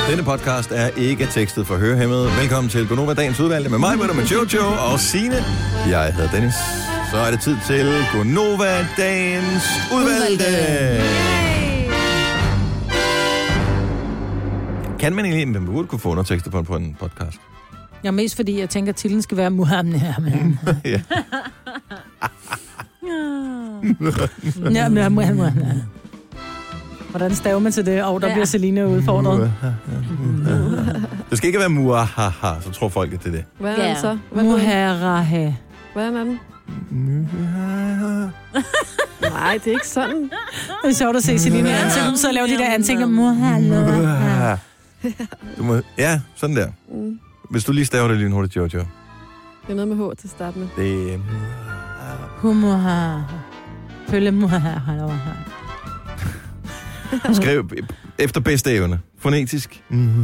Denne podcast er ikke tekstet for hørehæmmede. Velkommen til Gonova Dagens Udvalgte med mig, med Jojo og Signe. Jeg hedder Dennis. Så er det tid til Gonova Dagens Udvalgte. Kan man egentlig, man burde kunne få undertekster på en podcast? Ja, mest fordi jeg tænker, at titlen skal være Muhammed. Ja. Hvordan staver man til det? Og der bliver Selina udfordret. Det skal ikke være muahaha, så tror folk, at det er det. Hvad er det så? Muharaha. Hvad er den? Nej, det er ikke sådan. Det er sjovt at se Selina i ansigtet, så laver de der ansigter. Muhahaha. Ja, sådan der. Hvis du lige staver det lige hurtigt, Jojo. Det er noget med H til at starte med. Det er... Humuhaha. Følge muhahaha. Skriv efter bedste evne. Fonetisk.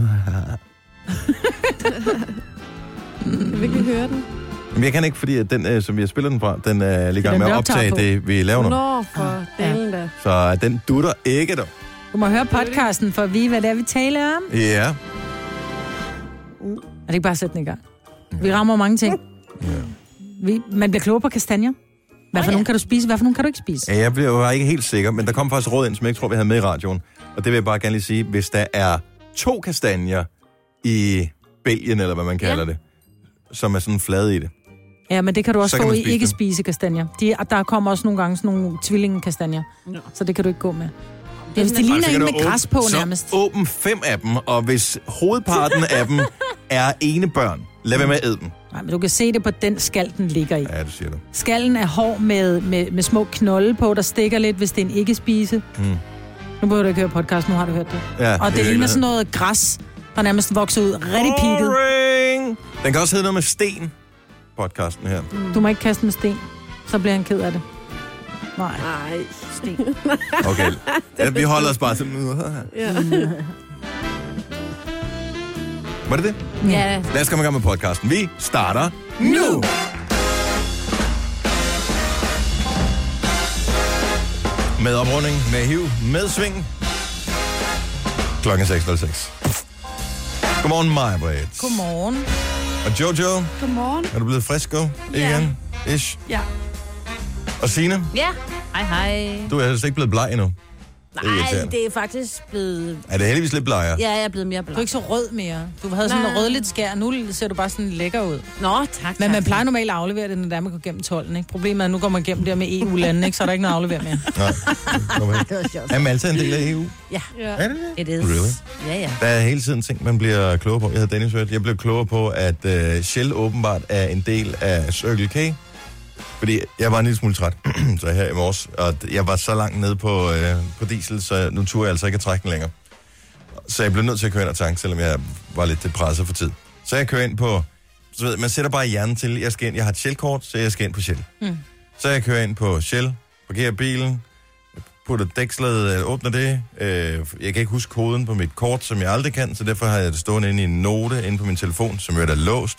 Jeg vil ikke høre den. Men jeg kan ikke, fordi at den, som jeg spiller den fra, den er lige gang med at optage det, vi laver nu. Nå, for delen da. Så den dutter ikke, dog. Du må høre podcasten for at vide, hvad det er, vi taler om. Ja. Er det ikke bare at sætte den i gang? Vi rammer mange ting. Man bliver klogere på kastanjer. Hvad for nogen kan du spise, hvad for nogen kan du ikke spise? Ja, jeg blev ikke helt sikker, men der kom faktisk råd ind, som jeg ikke tror, vi havde med i radioen. Og det vil jeg bare gerne lige sige. Hvis der er 2 kastanjer i Belgien, eller hvad man kalder det, som er sådan flade i det. Ja, men det kan du også få i ikke spise kastanjer. Der kommer også nogle gange sådan nogle tvillingekastanjer. Ja. Så det kan du ikke gå med. Ja, hvis det ligner en med græs på nærmest. Så åbn 5 af dem, og hvis hovedparten af dem er ene børn, lad være med at æde dem. Nej, men du kan se det på den skal, den ligger i. Ja, det siger du. Skallen er hård med små knolde på, der stikker lidt, hvis det er en ikke-spise. Nu behøver du ikke høre podcast, nu har du hørt det. Ja, og det ligner sådan noget græs, der nærmest vokser ud rigtig pigget. Den kan også hedde noget med sten, podcasten her. Du må ikke kaste med sten, så bliver han ked af det. Nej, sten. Okay, vi holder os bare til... Var det det? Ja. Lad os komme i gang med podcasten. Vi starter nu! Med oprunding, med hiv, med sving. Klokken 6:06. Godmorgen, Maja Britt. Godmorgen. Og Jojo. Godmorgen. Er du blevet frisk igen? Ish. Ja. Og Signe? Ja. Hej. Du er altså ikke blevet bleg endnu. Nej, det er faktisk blevet... Er det heldigvis lidt blegere? Ja, jeg er blevet mere bleg. Du er ikke så rød mere. Du havde sådan noget rødligt skær, nu ser du bare sådan lækker ud. Nå, tak. Men man plejer normalt at aflevere det, når man går gennem 12'en, ikke? Problemet er, at nu går man gennem der med EU-landene, ikke? Så er der ikke noget at aflevere mere. Er Malta en del af EU? Ja. Er det det? It is. Really? Ja. Der er hele tiden ting, man bliver klogere på. Jeg hedder Dennis Hørt. Jeg blev klogere på, at Shell åbenbart er en del af Circle K. Fordi jeg var en lille smule træt, så her i morges, og jeg var så langt nede på diesel, så nu turde jeg altså ikke at trække den længere. Så jeg blev nødt til at køre ind og tanke, selvom jeg var lidt presset for tid. Så jeg kører ind på, så ved man sætter bare hjernen til, jeg har et Shell-kort, så jeg skal ind på Shell. Så jeg kører ind på Shell, parkerer bilen, putter dækslet, åbner det. Jeg kan ikke huske koden på mit kort, som jeg aldrig kan, så derfor har jeg det stående inde i en note inde på min telefon, som jo er låst.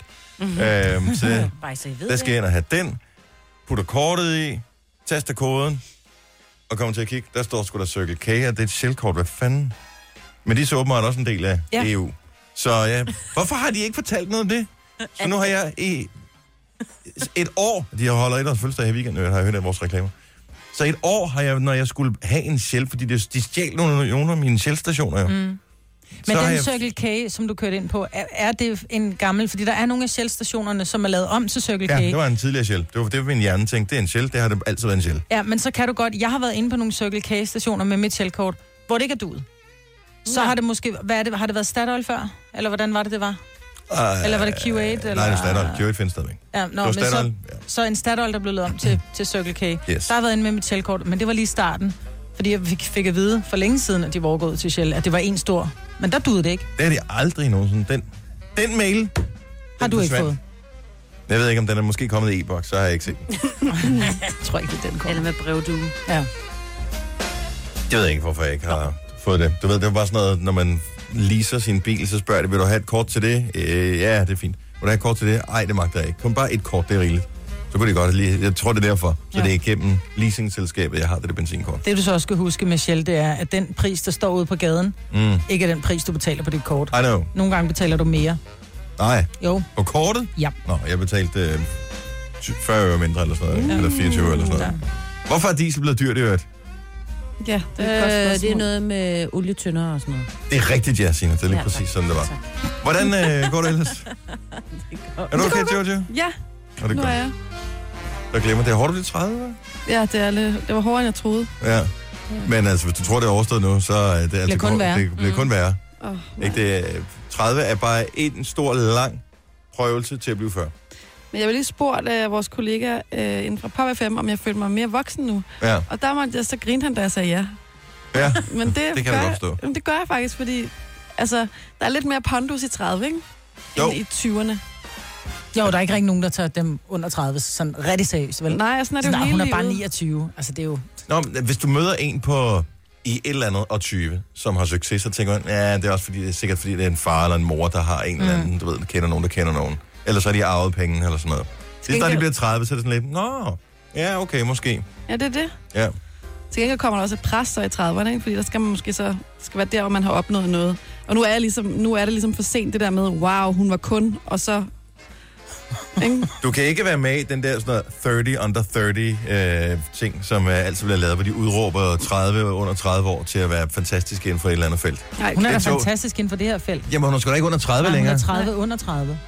Så der skal jeg ind og have den. Putter kortet i, taster koden, og kommer til at kigge. Der står sgu da Circle K, og det er et Shell-kort. Hvad fanden? Men de er så åbenbart også en del af EU. Så ja, hvorfor har de ikke fortalt noget om det? Så nu har jeg i et år, de holder et års fødselsdag i weekenden, har jeg hørt af vores reklamer. Så et år har jeg, når jeg skulle have en Shell, fordi de stjal nogle af mine Shell-stationer jo. Men den Circle K, som du kørte ind på, er det en gammel... Fordi der er nogle af Shell-stationerne, som er lavet om til Circle K. Ja, det var en tidligere Shell. Det var min hjerne tænkte, det er en Shell, det har det altid været en Shell. Ja, men så kan du godt... Jeg har været inde på nogle Circle K-stationer med mit Shell-kort, hvor det ikke er duet. Så har det måske... Har det været Statoil før? Eller hvordan var det var? Eller var det Q8? Eller? Nej, det er Statoil. Q8 findes stadigvæk. Ja, men så en Statoil, der blev lavet om til Circle K. Yes. Der har været inde med mit Shell-kort, men det var lige starten. Fordi jeg fik at vide for længe siden, at de var overgået til Shell, at det var en stor. Men der duede det ikke. Det er det aldrig nogensinde. Den mail... Har du ikke fået? Jeg ved ikke, om den er måske kommet i e-boks, så har jeg ikke set den. Jeg tror ikke, den kommer. Eller med brevdue. Ja. Jeg ved ikke, hvorfor jeg ikke har fået det. Du ved, det var bare sådan noget, når man leaser sin bil, så spørger de, vil du have et kort til det? Ja, det er fint. Vil du have et kort til det? Ej, det magter jeg ikke. Kom bare et kort, det er rigeligt. Så Så kunne det godt lige... Jeg tror, det er derfor. Så det er igennem leasingselskabet, jeg har det benzinkort. Det, du så også skal huske med Shell, det er, at den pris, der står ude på gaden, ikke er den pris, du betaler på dit kort. I know. Nogle gange betaler du mere. Nej. Jo. På kortet? Ja. Nå, jeg betalte 40 øre mindre eller sådan noget. Eller 24 eller sådan noget. Hvorfor er diesel blevet dyrt i øvrigt? Ja, det er et godt spørgsmål. Det er noget med olietønder og sådan noget. Det er rigtigt, ja, Signe. Det er lige præcis sådan, det var. Hvordan går det ellers? Er du okay, Jojo? Ja, det nu er jeg. Jeg glemmer, det er hårdt at blive 30, hva'? Ja, det var hårdere, end jeg troede. Ja. Men altså, hvis du tror, det er overstået nu, så er det altså kun værre. Det bliver kun værre. Ikke det, 30 er bare en stor, lang prøvelse til at blive 40. Men jeg vil lige spurgt vores kollega inden fra Pop FM, om jeg følte mig mere voksen nu. Ja. Og så grinte han, da jeg sagde ja. Ja, men det kan jeg godt forstå. Det gør jeg faktisk, fordi altså, der er lidt mere pondus i 30, ikke? End i 20'erne. Jo, der er ikke rigtig nogen, der tager dem under 30, sådan rigtig seriøst, vel? Nej, sådan er det jo hele hun er livet. bare 29, altså det er jo... Nå, hvis du møder en i et eller andet og 20, som har succes, så tænker man, ja, det er også fordi, det er sikkert fordi, det er en far eller en mor, der har en eller anden, du ved, kender nogen, der kender nogen. Eller så er de arvet penge eller sådan noget. Hvis de bliver 30, så er det sådan lidt, nå, ja, okay, måske. Ja, det er det. Ja. Til gengæld kommer der også et pres så i 30'erne, ikke? Fordi der skal man måske så skal være der, hvor man har opnået noget. Og nu er det ligesom for sent det der med, wow, hun var kun, og så... Ikke? Du kan ikke være med i den der sådan noget 30 under 30 ting, som altid bliver lavet, hvor de udråber 30 under 30 år til at være fantastisk inden for et eller andet felt. Nej, hun er da fantastisk inden for det her felt. Jamen, hun er sgu da ikke under 30 længere. Hun er 30 under 30.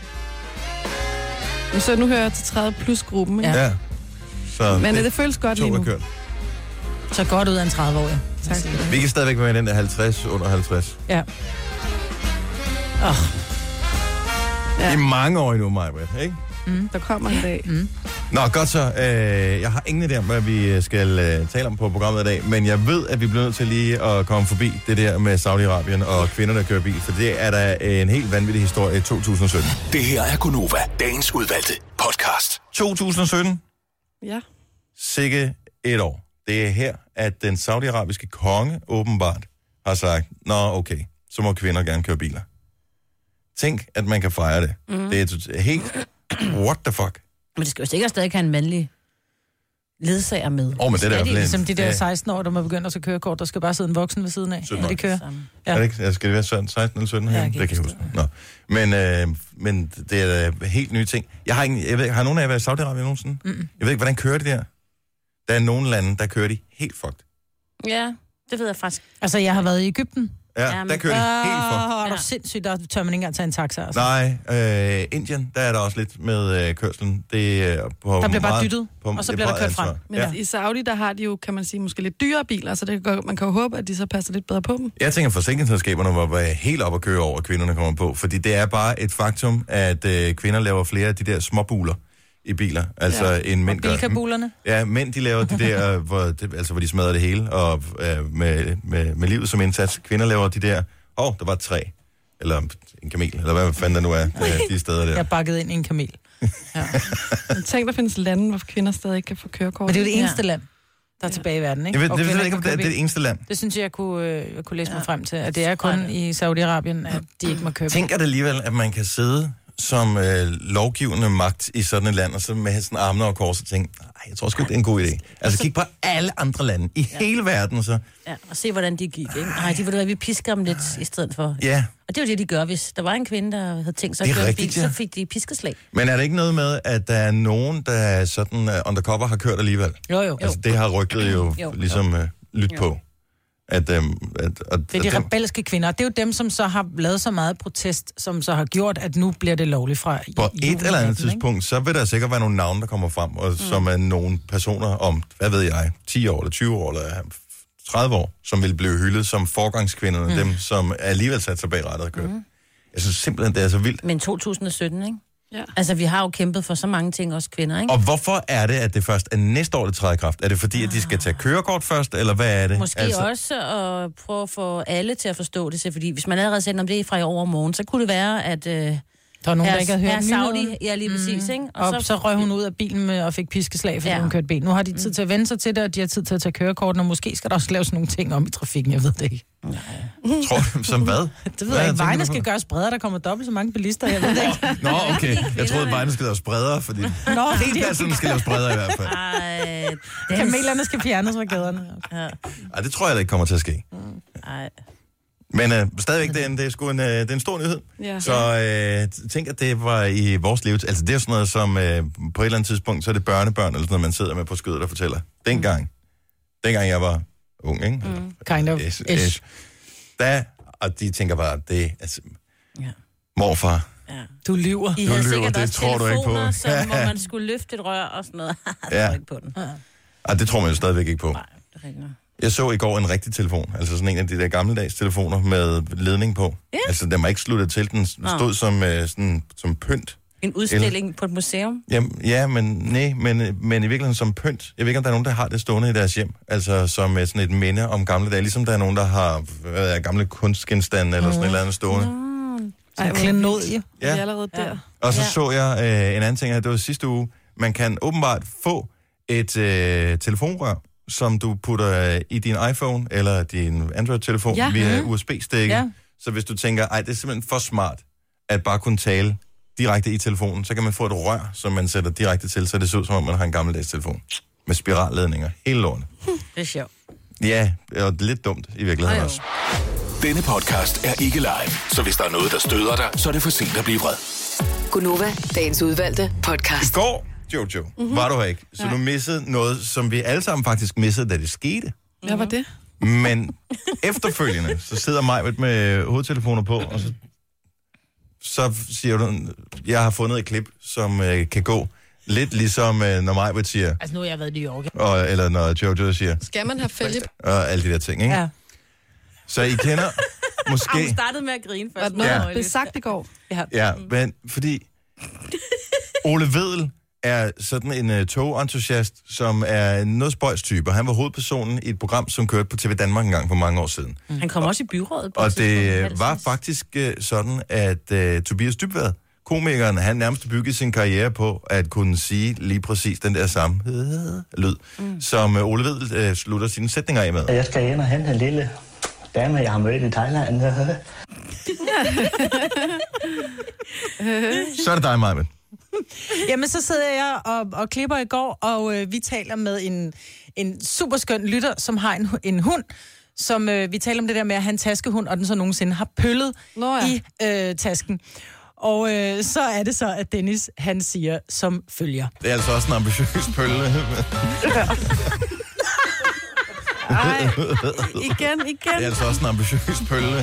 Så nu hører jeg til 30 plus gruppen, ikke? Ja. Så men det føles godt lige nu. Så godt ud af en 30-årig. Tak. Vi kan stadigvæk være med i den der 50 under 50. Ja. Ja. I mange år endnu, Maja, ikke? Der kommer en dag. Nå, godt så. Jeg har ingen idé om, hvad vi skal tale om på programmet i dag, men jeg ved, at vi bliver nødt til lige at komme forbi det der med Saudi-Arabien og kvinder, der kører bil, for det er da en helt vanvittig historie i 2017. Det her er Gonova, dagens udvalgte podcast. 2017? Ja. Sikke et år. Det er her, at den saudiarabiske konge åbenbart har sagt, nå okay, så må kvinder gerne køre biler. Tænk, at man kan fejre det. Det er helt... What the fuck? Men det skal jo sikkert stadig have en mandlig ledsager med. Men det er ligesom de der 16 år, der må begynde at tage kørekort, der skal bare sidde en voksen ved siden af, når de kører. Ja. Er det ikke? Skal det være 16 eller 17 her? Ja, det kan jeg huske. Nå. Men det er helt nye ting. Har nogen af jer været i Saudi-Arabien nogensinde? Jeg ved ikke, hvordan kører de der? Der er nogle lande, der kører de helt fucked. Ja, det ved jeg faktisk. Altså, jeg har været i Egypten. Ja, der kører de helt fucked. Er du sindssygt, der tør man ikke engang tage en taxa. Altså. Nej, Indien, der er der også lidt med kørslen. Det er på der bliver meget, bare dyttet, og så bliver der kørt frem. Men i Saudi, der har de jo, kan man sige, måske lidt dyre biler, så man kan jo håbe, at de så passer lidt bedre på dem. Jeg tænker, forsikringsselskaberne var helt op at køre over, at kvinderne kommer på, fordi det er bare et faktum, at kvinder laver flere af de der småbuler i biler, altså en mænd gør. Bilkabulerne? Ja, mænd de laver de der, hvor de smadrer det hele, og med livet som indsats. Kvinder laver de der, der var et træ, eller en kamel, eller hvad fanden der nu er, de steder der. Jeg bakket ind i en kamel. Ja. Tænk, der findes lande, hvor kvinder stadig ikke kan få kørekort. Men det er jo det eneste land, der er tilbage i verden, ikke? Jeg ved ikke, om det er det eneste land. Det synes jeg kunne læse mig frem til, at det er kun i Saudi-Arabien, at de ikke må køre. Tænk det alligevel, at man kan sidde som lovgivende magt i sådan et land, og så med sådan armene og kors og tænke, jeg tror sgu ikke, det er en god idé. Altså kig på alle andre lande i hele verden, så. Ja, og se, hvordan de gik, ikke? Nej, de vil vi pisker dem lidt i stedet for. Ja. Og det er jo det, de gør, hvis der var en kvinde, der havde tænkt sig at køre en bil, så fik de piskeslag. Men er det ikke noget med, at der er nogen, der sådan undercover har kørt alligevel? Jo. Altså det har rygtet jo ligesom lyttet på. Det er de rebelske kvinder. Det er jo dem, som så har lavet så meget protest, som så har gjort, at nu bliver det lovligt fra på et eller andet tidspunkt, så vil der sikkert være nogle navne, der kommer frem, og som er nogle personer om, hvad ved jeg, 10 år, eller 20 år, eller 30 år, som vil blive hyldet som forgangskvinderne, dem, som alligevel sat sig bag rettet og kørt. Jeg synes simpelthen, det er så vildt. Men 2017, ikke? Ja. Altså, vi har jo kæmpet for så mange ting, også kvinder, ikke? Og hvorfor er det, at det først er næste år, det træder i kraft? Er det fordi, at de skal tage kørekort først, eller hvad er det? Måske også at prøve at få alle til at forstå det, fordi hvis man allerede sender om det fra i overmorgen, så kunne det være, at... Der var nogen, der ikke havde hørt Saudi, ja, lige præcis, ikke? Og så røg hun ud af bilen og fik piskeslag, fordi hun kørte bil. Nu har de tid til at vende sig til det, og de har tid til at tage kørekorten, og måske skal der også laves nogle ting om i trafikken, jeg ved det ikke. Tror du, som hvad? Det ved jeg ikke. Vejene skal gøres bredere, der kommer dobbelt så mange bilister, jeg ved det ikke. Nå, okay. Jeg troede, vejene skal laves bredere, fordi delpladserne skal laves bredere i hvert fald. Kamelerne skal fjernes fra gaderne. Okay. Ej, det tror jeg da ikke kommer til at ske. Nej. Men stadigvæk, det er sgu det er en stor nyhed. Ja. Så tænk, at det var i vores liv. Altså, det er sådan noget, som på et eller andet tidspunkt, så er det børnebørn, eller sådan noget, man sidder med på skødet og fortæller. Dengang jeg var ung, ikke? Kind of. Ish. Og de tænker bare, det altså, morfar. Ja. Du lyver. I havde sikkert det også tror du ikke på. hvor man skulle løfte et rør og sådan noget. Jeg tror ikke på den. Og det tror man jo stadigvæk ikke på. Nej, det er rigtigt. Jeg så i går en rigtig telefon, altså sådan en af de der gammeldags telefoner med ledning på. Ja. Altså, den var ikke sluttet til, den stod som pynt. En udstilling på et museum? Men i virkeligheden som pynt. Jeg ved ikke, om der er nogen, der har det stående i deres hjem. Altså som sådan et minde om gamle dage. Ligesom der er nogen, der har gamle kunstgenstande eller sådan et eller andet stående. Ej, klenodie. Ja. Det er allerede der. Og så jeg en anden ting her, det var sidste uge. Man kan åbenbart få et telefonrør, som du putter i din iPhone eller din Android-telefon via USB-stikket. Ja. Så hvis du tænker, det er simpelthen for smart at bare kunne tale direkte i telefonen, så kan man få et rør, som man sætter direkte til, så det ser ud som om, man har en gammeldags telefon. Med spiralledninger. Hele lorten. Det er sjovt. Ja, og lidt dumt i virkeligheden også. Denne podcast er ikke live, så hvis der er noget, der støder dig, så er det for sent at blive vred. Gunova, dagens udvalgte podcast. I går, Jojo, var du her ikke, så du missede noget, som vi alle sammen faktisk missede, da det skete. Hvad var det? Men efterfølgende, så sidder Majbert med hovedtelefoner på, og så siger du, jeg har fundet et klip, som kan gå lidt ligesom, når Majbert siger... Altså, nu har jeg været i New York. Eller når Jojo siger... Skal man have Philip? Og alle de der ting, ikke? Ja. Så I kender måske... Hun startede med at grine først. Var det noget, der blev sagt i går? Ja, men fordi Ole Vedel er sådan en togentusiast, som er en noget spøjstype. Han var hovedpersonen i et program, som kørte på TV Danmark en gang for mange år siden. Han kom også i byrådet. Og det var faktisk sådan, at Tobias Dybvad, komikeren, han nærmest byggede sin karriere på at kunne sige lige præcis den der samme lyd, som Ole Vedel slutter sine sætninger af med. Jeg skal ind og hente en lille dame, jeg har mødt i Thailand. Så er det dig, Majbert. Jamen, så sidder jeg og klipper i går, og vi taler med en superskøn lytter, som har en hund, som vi taler om det der med at have en taskehund, og den så nogensinde har pøllet i tasken. Og så er det så, at Dennis, han siger som følger. Det er altså også en ambitiøs pølle. Ej, igen. Det er altså også en ambitiøs pølle.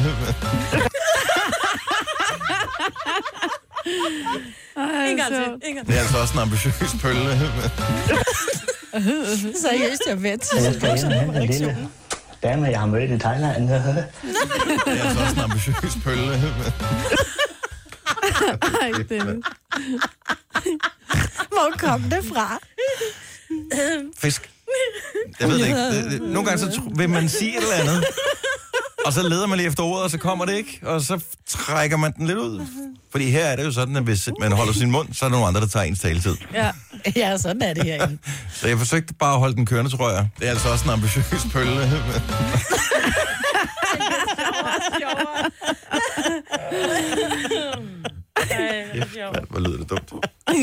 En gang til. Det er altså også en ambitiøs pølle. Seriøst, jeg ved. Jeg skal ind og hente en lille dame, jeg har mødt i Thailand. Det er altså også en ambitiøs pølle. Ej, Dennis. Hvor kom det fra? Fisk. Jeg ved det ikke. Nogle gange så vil man sige et eller andet, og så leder man lige efter ordet, og så kommer det ikke, og så trækker man den lidt ud. Fordi her er det jo sådan, at hvis man holder sin mund, så er der nogle andre, der tager ens taletid. Ja, sådan er det herinde. Så jeg forsøgte bare at holde den kørende, tror jeg. Det er altså også en ambitiøs pølle. Hvor lyder det dumt.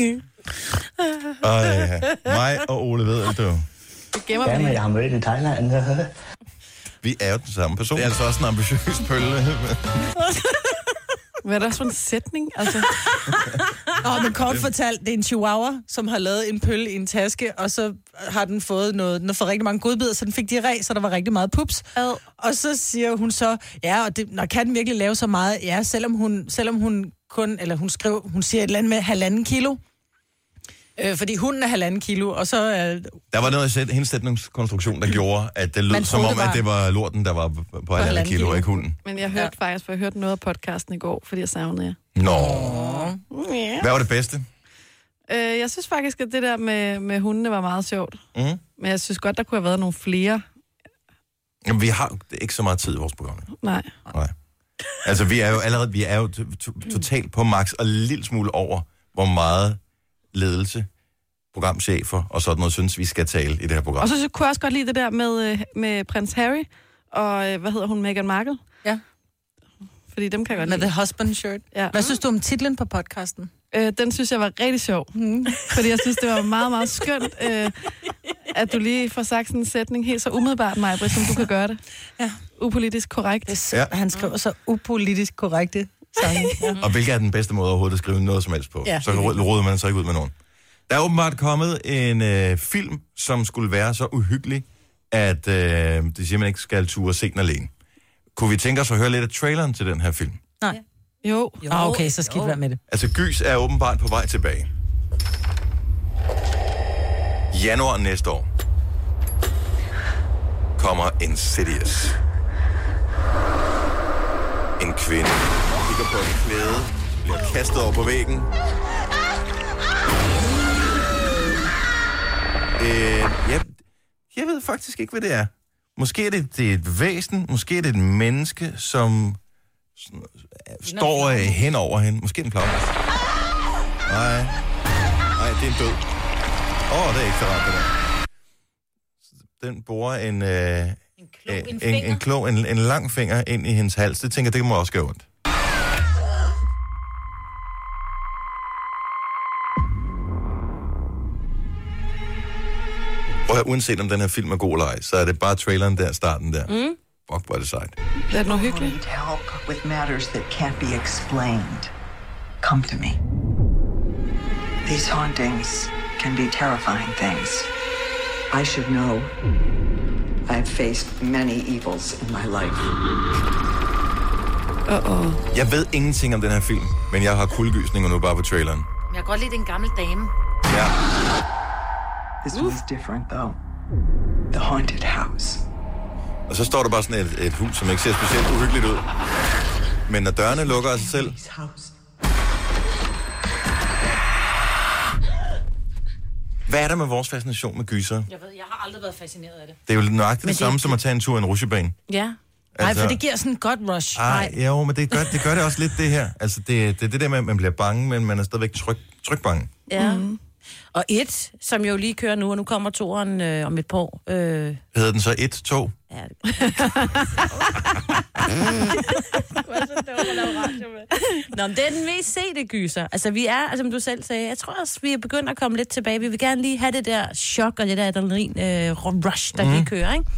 Mig og Ole Vedel, du. Dame, jeg har mødt i Thailand. Vi er jo den samme person. Det er altså også en ambitiøs pølle. Hvad er der for en sætning? Altså? Men kort fortalt, det er en chihuahua, som har lavet en pølle i en taske, og så har den fået noget, den har fået rigtig mange godbidder, så den fik diarré, så der var rigtig meget pups. Og så siger hun så, og det, kan den virkelig lave så meget? Ja, selvom hun kun, eller hun siger et eller andet med 1,5 kilo. Fordi hunden er 1,5 kilo, og så... Der var noget i hendes sætningskonstruktion, der gjorde, at det lød som om, at det var lorten, der var på 1,5 kilo, ikke hunden. Men jeg hørte faktisk, for jeg hørte noget af podcasten i går, fordi jeg savnede jer. Nå. Yeah. Hvad var det bedste? Jeg synes faktisk, at det der med hundene var meget sjovt. Men jeg synes godt, der kunne have været nogle flere. Jamen, vi har ikke så meget tid i vores program. Nej. Altså, vi er jo totalt på max og en lille smule over, hvor meget ledelse, programchefer og sådan noget, synes vi skal tale i det her program. Og så kunne jeg også godt lide det der med prins Harry og, hvad hedder hun, Meghan Markle? Ja. Fordi dem kan jeg godt med lide. The Husband Shirt. Ja. Hvad synes du om titlen på podcasten? Den synes jeg var rigtig sjov. Fordi jeg synes, det var meget, meget skønt, at du lige får sagt sådan en sætning helt så umiddelbart, Maj-Brit, som du kan gøre det. Ja. Upolitisk korrekt. Ja. Han skriver så upolitisk korrekte sange. Ja. Og hvilken er den bedste måde overhovedet at skrive noget som helst på? Ja, så råder man så ikke ud med nogen. Der er åbenbart kommet en film, som skulle være så uhyggelig, at det siger, man ikke skal ture se den alene. Kunne vi tænke os at høre lidt af traileren til den her film? Nej. Jo. Okay, så skal vi være med det. Altså, Gys er åbenbart på vej tilbage. Januar næste år kommer Insidious. En kvinde kigger på en klæde, bliver kastet over på væggen. Jeg ved faktisk ikke, hvad det er. Måske er det et væsen, måske er det et menneske, som står hen over hende. Måske en flagmus. Nej, det er en død. Det er ikke så rart, det der. Den borer en lang finger ind i hendes hals. Det tænker, det må også gøre ondt. Og uanset om den her film er god eller ej, så er det bare traileren der, starten der. Fuck, hvor er det sejt. Det er noget hyggeligt. Help with matters that can't be explained. Come to me. These hauntings can be terrifying things. I should know. I've faced many evils in my life. Jeg ved ingenting om den her film, men jeg har kuldegysninger nu bare på traileren. Jeg kan godt lide den gamle dame. Ja. This was different, though. The haunted house. Og så står der bare sådan et hus, som ikke ser specielt uhyggeligt ud. Men når dørene lukker af sig selv... Hvad er der med vores fascination med gyser? Jeg har aldrig været fascineret af det. Det er jo nøjagtigt det samme som at tage en tur i en rutsjebane. Ja. Nej, for det giver sådan et godt rush. Jo, men det gør det også lidt, det her. Altså, det er det der med, at man bliver bange, men man er stadigvæk tryg bange. Ja. Og som jo lige kører nu, og nu kommer toeren om et par år. Hedder den så 1-2? Ja, det Nå, men det er den mest sete gyser. Altså, vi er, som du selv sagde, jeg tror også, vi er begyndt at komme lidt tilbage. Vi vil gerne lige have det der chok og det der adrenalin rush, der lige kører, ikke?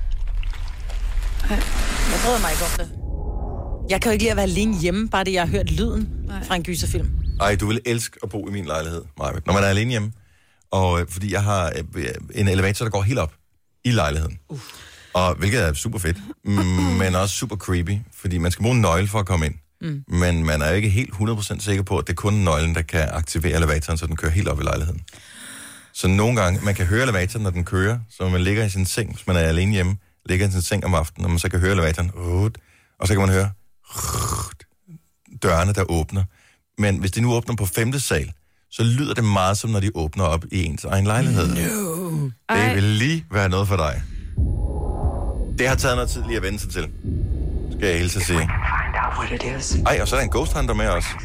Jeg bryder mig ikke om det. Jeg kan jo ikke lide at være alene hjemme, bare det, jeg har hørt lyden fra en gyserfilm. Ej, du vil elske at bo i min lejlighed, Maja, når man er alene hjemme. Og fordi jeg har en elevator, der går helt op i lejligheden. Og hvilket er super fedt, men også super creepy, fordi man skal bruge en nøgle for at komme ind. Men man er jo ikke helt 100% sikker på, at det er kun nøglen, der kan aktivere elevatoren, så den kører helt op i lejligheden. Så nogle gange, man kan høre elevatoren, når den kører, så man ligger i sin seng, hvis man er alene hjemme, ligger i sin seng om aftenen, og man så kan høre elevatoren, og så kan man høre dørene, der åbner. Men hvis de nu åbner på 5. sal, så lyder det meget som, når de åbner op i ens egen lejlighed. No. Det vil lige være noget for dig. Det har taget noget tid lige at vende sig til. Skal jeg hilse at sige. Ej, og så er der en ghost hunter med os.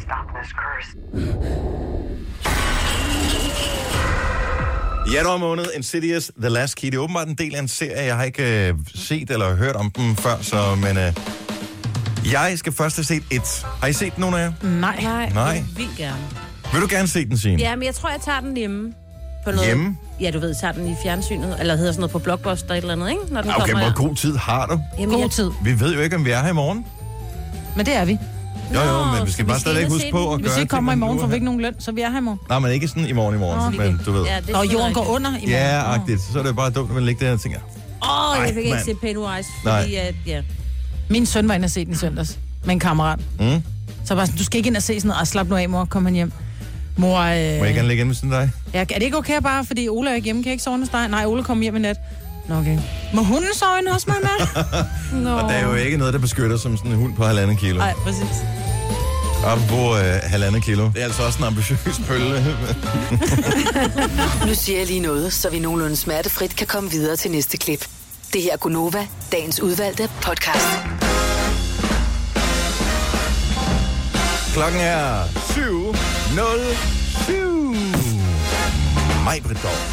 I januar måned, Insidious, The Last Key. Det er åbenbart en del af en serie. Jeg har ikke set eller hørt om dem før, så men... jeg skal først have set et. Har I set nogen af jer? Nej. Jeg vil gerne. Vil du gerne se den, Signe? Ja, men jeg tror, jeg tager den hjemme. På noget. Hjemme? Ja, du ved, tager den i fjernsynet, eller hedder sådan noget på Blockbuster eller andet, ikke? Når den okay, kommer hvor god tid har du? Jamen, god tid. Vi ved jo ikke, om vi er her i morgen. Men det er vi. Jo, men vi skal bare stadig huske på at gøre... Hvis vi kommer i morgen, får vi ikke nogen løn, så vi er her i morgen. Nej, men ikke sådan i morgen, men du ved. Ja, og jorden går under i morgen. Ja, agtigt. Så er det bare dumt, at man ligger der og tænker... jeg fik ikke se Pennywise, fordi at, Min søn var inde og se den i søndags med en kammerat. Så bare sådan, du skal ikke ind og se sådan noget, slap nu af, mor, kom han hjem. Mor, må jeg gerne ligge hjemme med sådan dig? Ja, er det ikke okay bare, fordi Ole er ikke hjemme, kan jeg ikke sove hos dig? Nej, Ole kommer hjem i nat. Nå, okay. Må hunden sove inde hos mig, mand? Og der er jo ikke noget, der beskytter som sådan en hund på 1,5 kilo. Nej, præcis. Apropos 1,5 kilo. Det er altså også en ambitiøs pølle. Nu siger jeg lige noget, så vi nogenlunde smertefrit kan komme videre til næste klip. Det her er Gunova, dagens udvalgte podcast. Klokken er 7:07. Maj-Brit dog.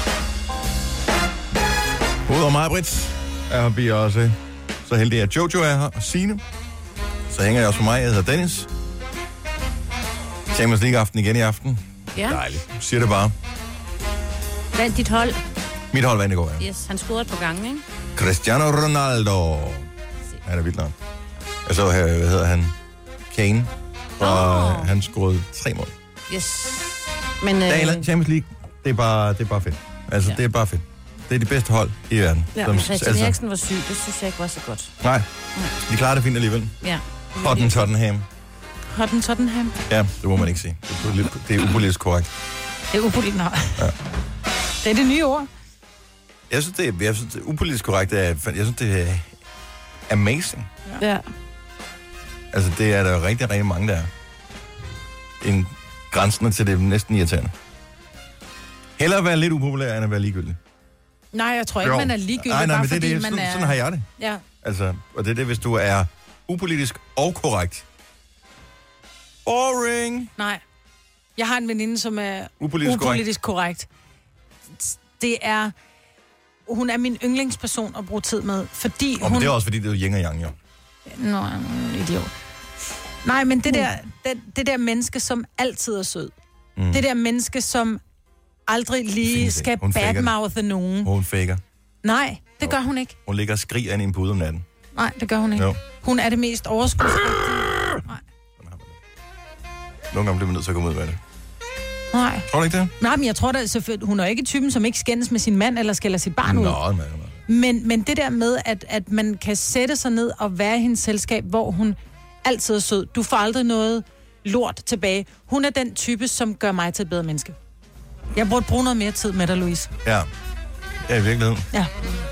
Udover Maj-Brit er vi også så heldige, at Jojo er her, og Signe. Så hænger jeg også for mig. Jeg hedder Dennis. Champions League aften igen i aften. Ja. Dejligt. Siger det bare. Vandt dit hold. Mit hold vandt i går, ja. Yes, han scorede et par gange, ikke? Cristiano Ronaldo. Han er vildt nok. Jeg så her, hvad hedder han? Kane. Og han scorede 3 mål. Yes. Men, Champions League, det er bare fedt. Altså, det er bare fedt. Det er de bedste hold i verden. Ja, men Christian Eriksen var syg. Det synes jeg ikke var så godt. Nej, de klarer det fint alligevel. Ja. Tottenham. Tottenham? Ja, det må man ikke sige. Det er upolitisk korrekt. Det er upolitisk, nej. Ja. Det er det nye ord. Jeg synes, det er upolitisk korrekt. Jeg synes, det er amazing. Ja. Altså, det er der rigtig, rigtig mange, der er. En grænsen til det næsten irriterende. Hellere være lidt upopulær, end at være ligegyldig. Nej, jeg tror ikke, man er ligegyldig, nej, bare men fordi det, man er... Sådan har jeg det. Ja. Altså, og det er det, hvis du er upolitisk og korrekt. Boring! Nej. Jeg har en veninde, som er upolitisk korrekt. Det er... Hun er min yndlingsperson at bruge tid med, fordi hun... Men det er også, fordi det er yin og yang, jo. Nå, idiot. Nej, men det der menneske, som altid er sød. Det der menneske, som aldrig lige skal badmouthe nogen. Hun faker. Nej, det gør hun ikke. Hun ligger og skriger ind i en pude om natten. Nej, det gør hun ikke. Jo. Hun er det mest overskudsagtige. Nej. Nogle gange bliver man nødt til at komme ud med det. Nej. Tror du ikke det? Nej, men jeg tror da, hun er ikke typen, som ikke skændes med sin mand, eller skælder sit barn ud. Men det der med, at man kan sætte sig ned og være i hendes selskab, hvor hun altid er sød. Du får aldrig noget lort tilbage. Hun er den type, som gør mig til et bedre menneske. Jeg burde bruge noget mere tid med dig, Louise. Ja. Ja, i virkeligheden. Ja.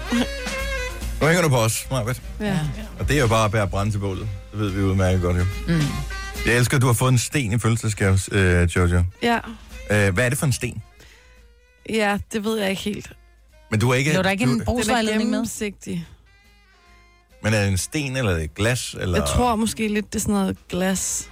Nu hænger du på os, Marvitt. Ja. Og det er jo bare at bære brænde til bålet. Det ved vi udmærket godt, jo. Jeg elsker, at du har fået en sten i fødselsdagsgave, Jojo. Ja. Hvad er det for en sten? Ja, det ved jeg ikke helt. Men du er ikke... Det var der ikke en brugsvejledning med? Gennemsigtig. Men er det en sten, eller er det glas? Eller... Jeg tror måske lidt, det er sådan noget glas,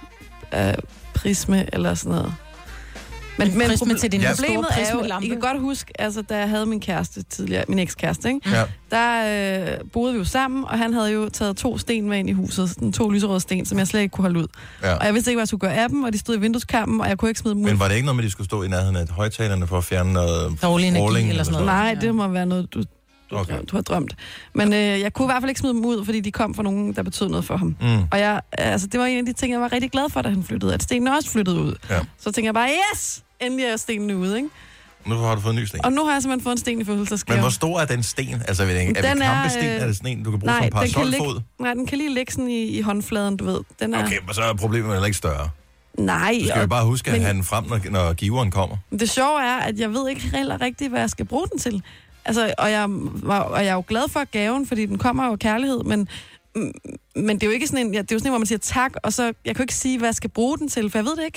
prisme eller sådan noget. Men prisme til din problemet er jo, I kan godt huske, altså, da jeg havde min kæreste tidligere, min ekskæreste, ikke? Ja. Der boede vi jo sammen, og han havde jo taget 2 sten med ind i huset, sådan 2 lyserøde sten, som jeg slet ikke kunne holde ud. Ja. Og jeg vidste ikke, hvad jeg skulle gøre af dem, og de stod i vindueskarmen, og jeg kunne ikke smide dem ud. Men var det ikke noget med, at de skulle stå i nærheden af højtalerne for at fjerne noget dårlig energi eller sådan noget? Nej, det må være noget, du har drømt. Men jeg kunne i hvert fald ikke smide dem ud, fordi de kom fra nogen, der betød noget for ham. Og det var en af de ting, jeg var rigtig glad for, da han flyttede, at stenen også flyttede ud. Ja. Så tænkte jeg bare, yes! Endelig er stenen ude, ikke? Nu har du fået en ny sten. Og nu har jeg simpelthen fået en sten i fødselsdagsgave. Men hvor stor er den sten? Altså, er det kampesten? Er det sådan en, du kan bruge som parasolfod? Nej, den kan lige ligge sådan i håndfladen, du ved. Den er... Okay, men så er problemet heller ikke større. Nej. Du skal jo bare huske at have den frem, når giveren kommer. Det sjove er, at jeg ved ikke heller rigtigt, hvad jeg skal bruge den til. Altså, og jeg er jo glad for gaven, fordi den kommer jo kærlighed, men det er jo ikke sådan en, det er jo sådan en, hvor man siger tak, og så, jeg kan jo ikke sige, hvad jeg skal bruge den til, for jeg ved det ikke.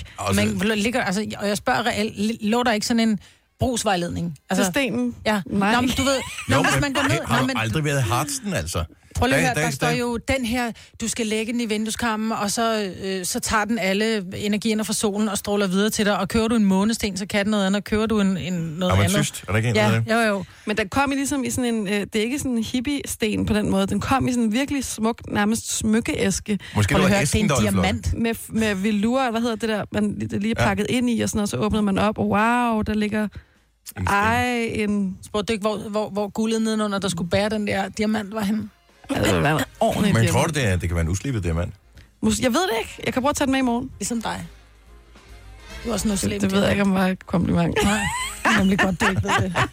Og jeg spørger reelt, lå der ikke sådan en brugsvejledning? Altså, til stenen? Ja. Nej. Nå, men du ved, hvis man går ned... Har du aldrig været Hartsten, altså? Prøv lige at høre, der står jo den her, du skal lægge den i vindueskarmen, og så tager den alle energierne fra solen og stråler videre til dig, og kører du en månesten, så kan den noget andet, og kører du noget andet. Ametyst, er der ikke en af det? Jo. Men den kom ligesom i sådan en, det er ikke sådan en hippie-sten på den måde, den kom i sådan en virkelig smuk, nærmest smykkeæske. Måske det var æsken, der diamant. Med velour, hvad hedder det der, man det lige er pakket ind i, og sådan noget, så åbnede man op, og wow, der ligger... Spurgte du ikke, hvor guldet nedenunder, der skulle bære den der diamant, var henne? Altså, det er en ordentlig Men tror du, det kan være en uslibet diamant? Jeg ved det ikke. Jeg kan prøve at tage den med i morgen. Ligesom dig. Du er også noget slemt. Det ved jeg ikke, om det var et kompliment. Nej, det er nemlig godt, du ikke ved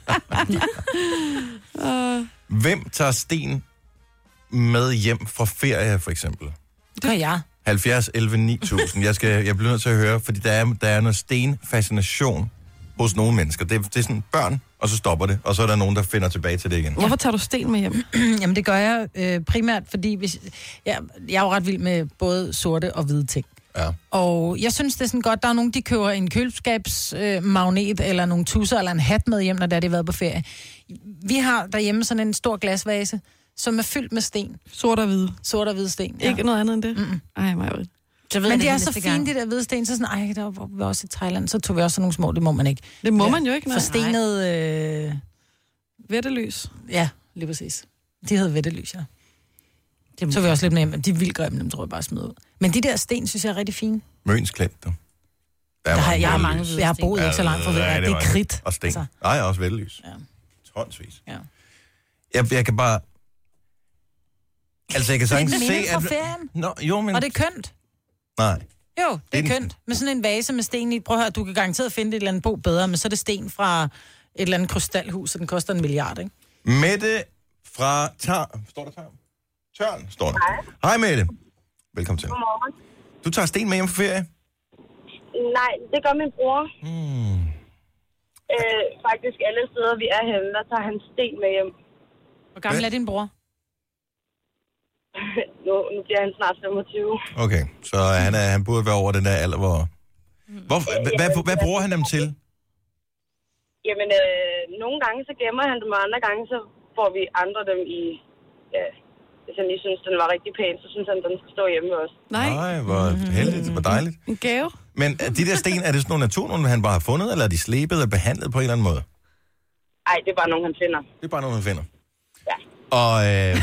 det. Hvem tager sten med hjem fra ferie, for eksempel? Det gør jeg. 70, 11, 9000. Jeg bliver nødt til at høre, fordi der er noget stenfascination hos nogle mennesker. Det er sådan børn, og så stopper det, og så er der nogen, der finder tilbage til det igen. Hvorfor tager du sten med hjem? Jamen, det gør jeg primært, fordi jeg er jo ret vild med både sorte og hvide ting. Ja. Og jeg synes, det er sådan godt, der er nogen, de køber en køleskabsmagnet, eller nogle tusser, eller en hat med hjem, når der er været på ferie. Vi har derhjemme sådan en stor glasvase, som er fyldt med sten. Sort og hvide. Sort og hvide sten, ja. Ikke noget andet end det? Ej, Maja. Men de er så fine, de der hvide sten, så sådan, der var vi også i Thailand, så tog vi også nogle små, det må man ikke. Det må man jo ikke, nej. Forstenet... Vettelys. Ja, lige præcis. De hedder vettelys, ja. Så er vi også lidt med, de er vildt grimme, dem tror jeg bare smider ud. Men de der sten, synes jeg er rigtig fine. Møns Klint, du. Jeg har boet ikke så langt fra det er kridt. Og sten. Altså. Nej, også vettelys. Ja. Tonsvis. Ja. Jeg kan bare... Altså, jeg kan sagtens se, at... Nå, jo, men... Og det er kønt. Nej. Jo, det er kønt. Med sådan en vase med sten i. Prøv at høre, du kan garanteret finde et eller andet bo bedre, men så er det sten fra et eller andet krystalhus, så den koster 1 milliard, ikke? Mette fra Står der Tarm? Tørn, står der. Hej Mette. Velkommen til. Godmorgen. Du tager sten med hjem på ferie? Nej, det gør min bror. Faktisk alle steder, vi er henne, der tager han sten med hjem. Hvor gammel er din bror? nu bliver han snart 25. Okay, så han burde være over den der alder, hvor... Hvad bruger han dem til? Jamen, nogle gange så gemmer han dem, og andre gange så får vi andre dem i... Ja, hvis han lige synes, den var rigtig pæn, så synes han, den skal stå hjemme også. Nej, hvor heldigt, hvor dejligt. En gave. Men de der sten, er det sådan nogle naturlige, han bare har fundet, eller er de slebet eller behandlet på en eller anden måde? Nej, det er bare nogle, han finder. Det er bare nogle, han finder? Ja. Og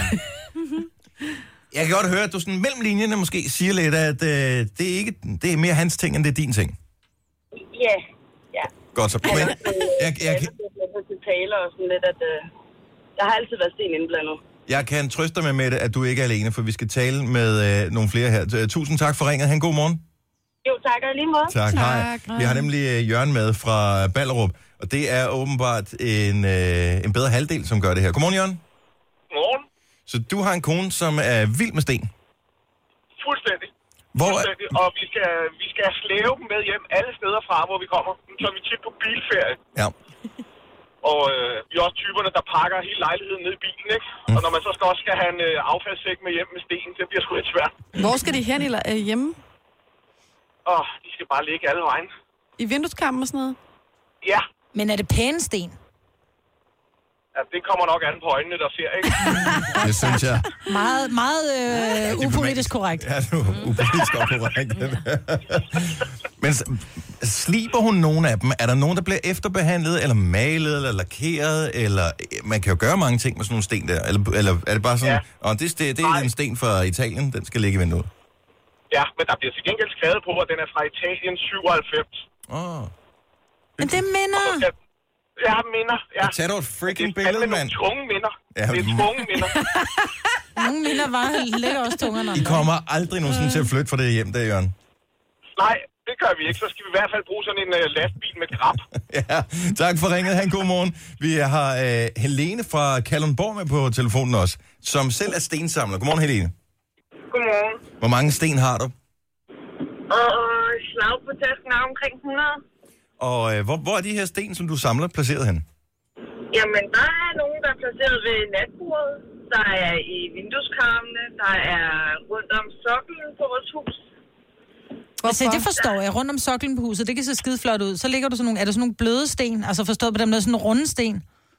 jeg kan godt høre, at du sådan mellem linjerne måske siger lidt, at det er mere hans ting, end det er din ting. Ja. Godt, så men jeg taler og sådan lidt, at der har altid været sten indblandet. Jeg kan trøste dig med, Mette, at du ikke er alene, for vi skal tale med nogle flere her. Tusind tak for ringet. Han god morgen. Jo, tak og lige måde. Tak, hej. Vi har nemlig Jørgen med fra Ballerup, og det er åbenbart en bedre halvdel, som gør det her. Godmorgen, Jørgen. Godmorgen. Så du har en kone, som er vild med sten? Fuldstændig. Fuldstændig. Og vi skal slæve dem med hjem alle steder fra, hvor vi kommer. Så er vi tit på bilferie. Ja. Og vi er også typerne, der pakker hele lejligheden ned i bilen, ikke? Og når man så skal have en affaldssæk med hjem med sten, det bliver sgu lidt svært. Hvor skal de hen hjemme? De skal bare ligge alle vejen. I vindueskampen og sådan noget? Ja. Men er det pæne sten? Ja, det kommer nok an på øjnene, der ser, ikke? Det synes jeg. Meget upolitisk korrekt. Ja, du upolitisk korrekt. Men sliber hun nogen af dem? Er der nogen, der bliver efterbehandlet, eller malet, eller lakeret? Eller man kan jo gøre mange ting med sådan nogle sten der. Eller er det bare sådan, det er en sten fra Italien, den skal ligge i vinduet? Ja, men der bliver til gengæld skrevet på, at den er fra Italien 97. Men det minder... Ja, minder. Ja. Tag dog et freaking billede, mand. Det er tunge minder. Ja. Det er tunge minder. Nogle minder ligger også tungerne. I kommer aldrig nogensinde til at flytte fra det hjem der, Jørgen. Nej, det gør vi ikke. Så skal vi i hvert fald bruge sådan en lastbil med grab. Ja, tak for ringet. Ha' en god morgen. Vi har Helene fra Kalundborg med på telefonen også, som selv er stensamler. Godmorgen, Helene. Godmorgen. Hvor mange sten har du? Slag på tasken er omkring 100. Og hvor er de her sten, som du samler, placeret hen? Jamen, der er nogen, der er placeret ved natbordet. Der er i vindueskarmene. Der er rundt om soklen på vores hus. Altså, det forstår jeg. Rundt om soklen på huset, det kan se skide flot ud. Så ligger du sådan nogle, er der sådan nogle bløde sten? Altså forstået på dem, der er sådan nogle runde sten?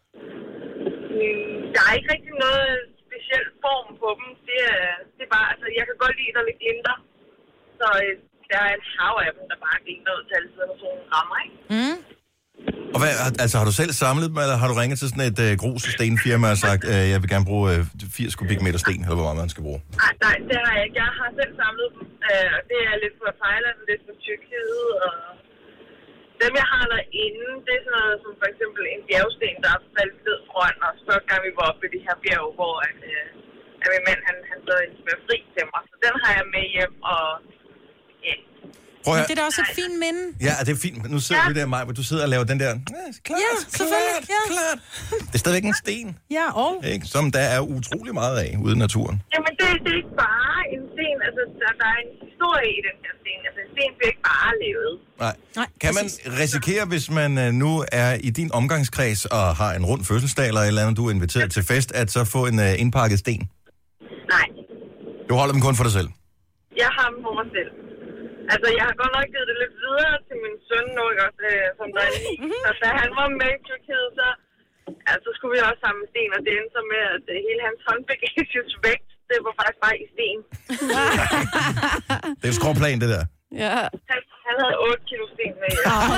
Der er ikke rigtig noget speciel form på dem. Det er bare, altså, jeg kan godt lide, der lidt glimter. Så der er en hav af dem, der bare glimter ud til alle sider, sådan nogle rammer, ikke? Og har du selv samlet dem, eller har du ringet til sådan et grusstenfirma og sagt, jeg vil gerne bruge 80 kubikmeter sten, eller hvor meget man skal bruge? Nej, det har jeg ikke. Jeg har selv samlet dem. Det er lidt fra Thailand, lidt fra Tyrkiet, og dem, jeg har derinde, det er sådan noget som for eksempel en bjergsten, der er faldet ned foran os. Første gang vi var oppe ved det her bjerg, hvor min mand, han så inspireret fri til mig. Så den har jeg med hjem, og ja. Men det er da også et fint minde. Ja, det er fint. Nu sidder vi der, Maj, hvor du sidder og laver den der... Ja, selvfølgelig. Klart. Det er stadigvæk en sten. Ja, og... Ikke? Som der er utrolig meget af ude i naturen. Jamen, det er ikke bare en sten. Altså, der er en historie i den her sten. Altså, en sten bliver ikke bare lavet. Nej. Kan man risikere, hvis man nu er i din omgangskreds og har en rund fødselsdag eller et eller andet, du er inviteret til fest, at så få en indpakket sten? Nej. Du holder dem kun for dig selv? Jeg har dem for mig selv. Altså, jeg har godt nok givet det lidt videre til min søn nu, ikke også, som der er 9. Så da han var med i Tyrkiet, så skulle vi også samle sten, og det endte så med, at hele hans håndbagages vægt, det var faktisk bare i sten. Det er en skråplan, det der. Ja. Han havde 8 kilo sten med.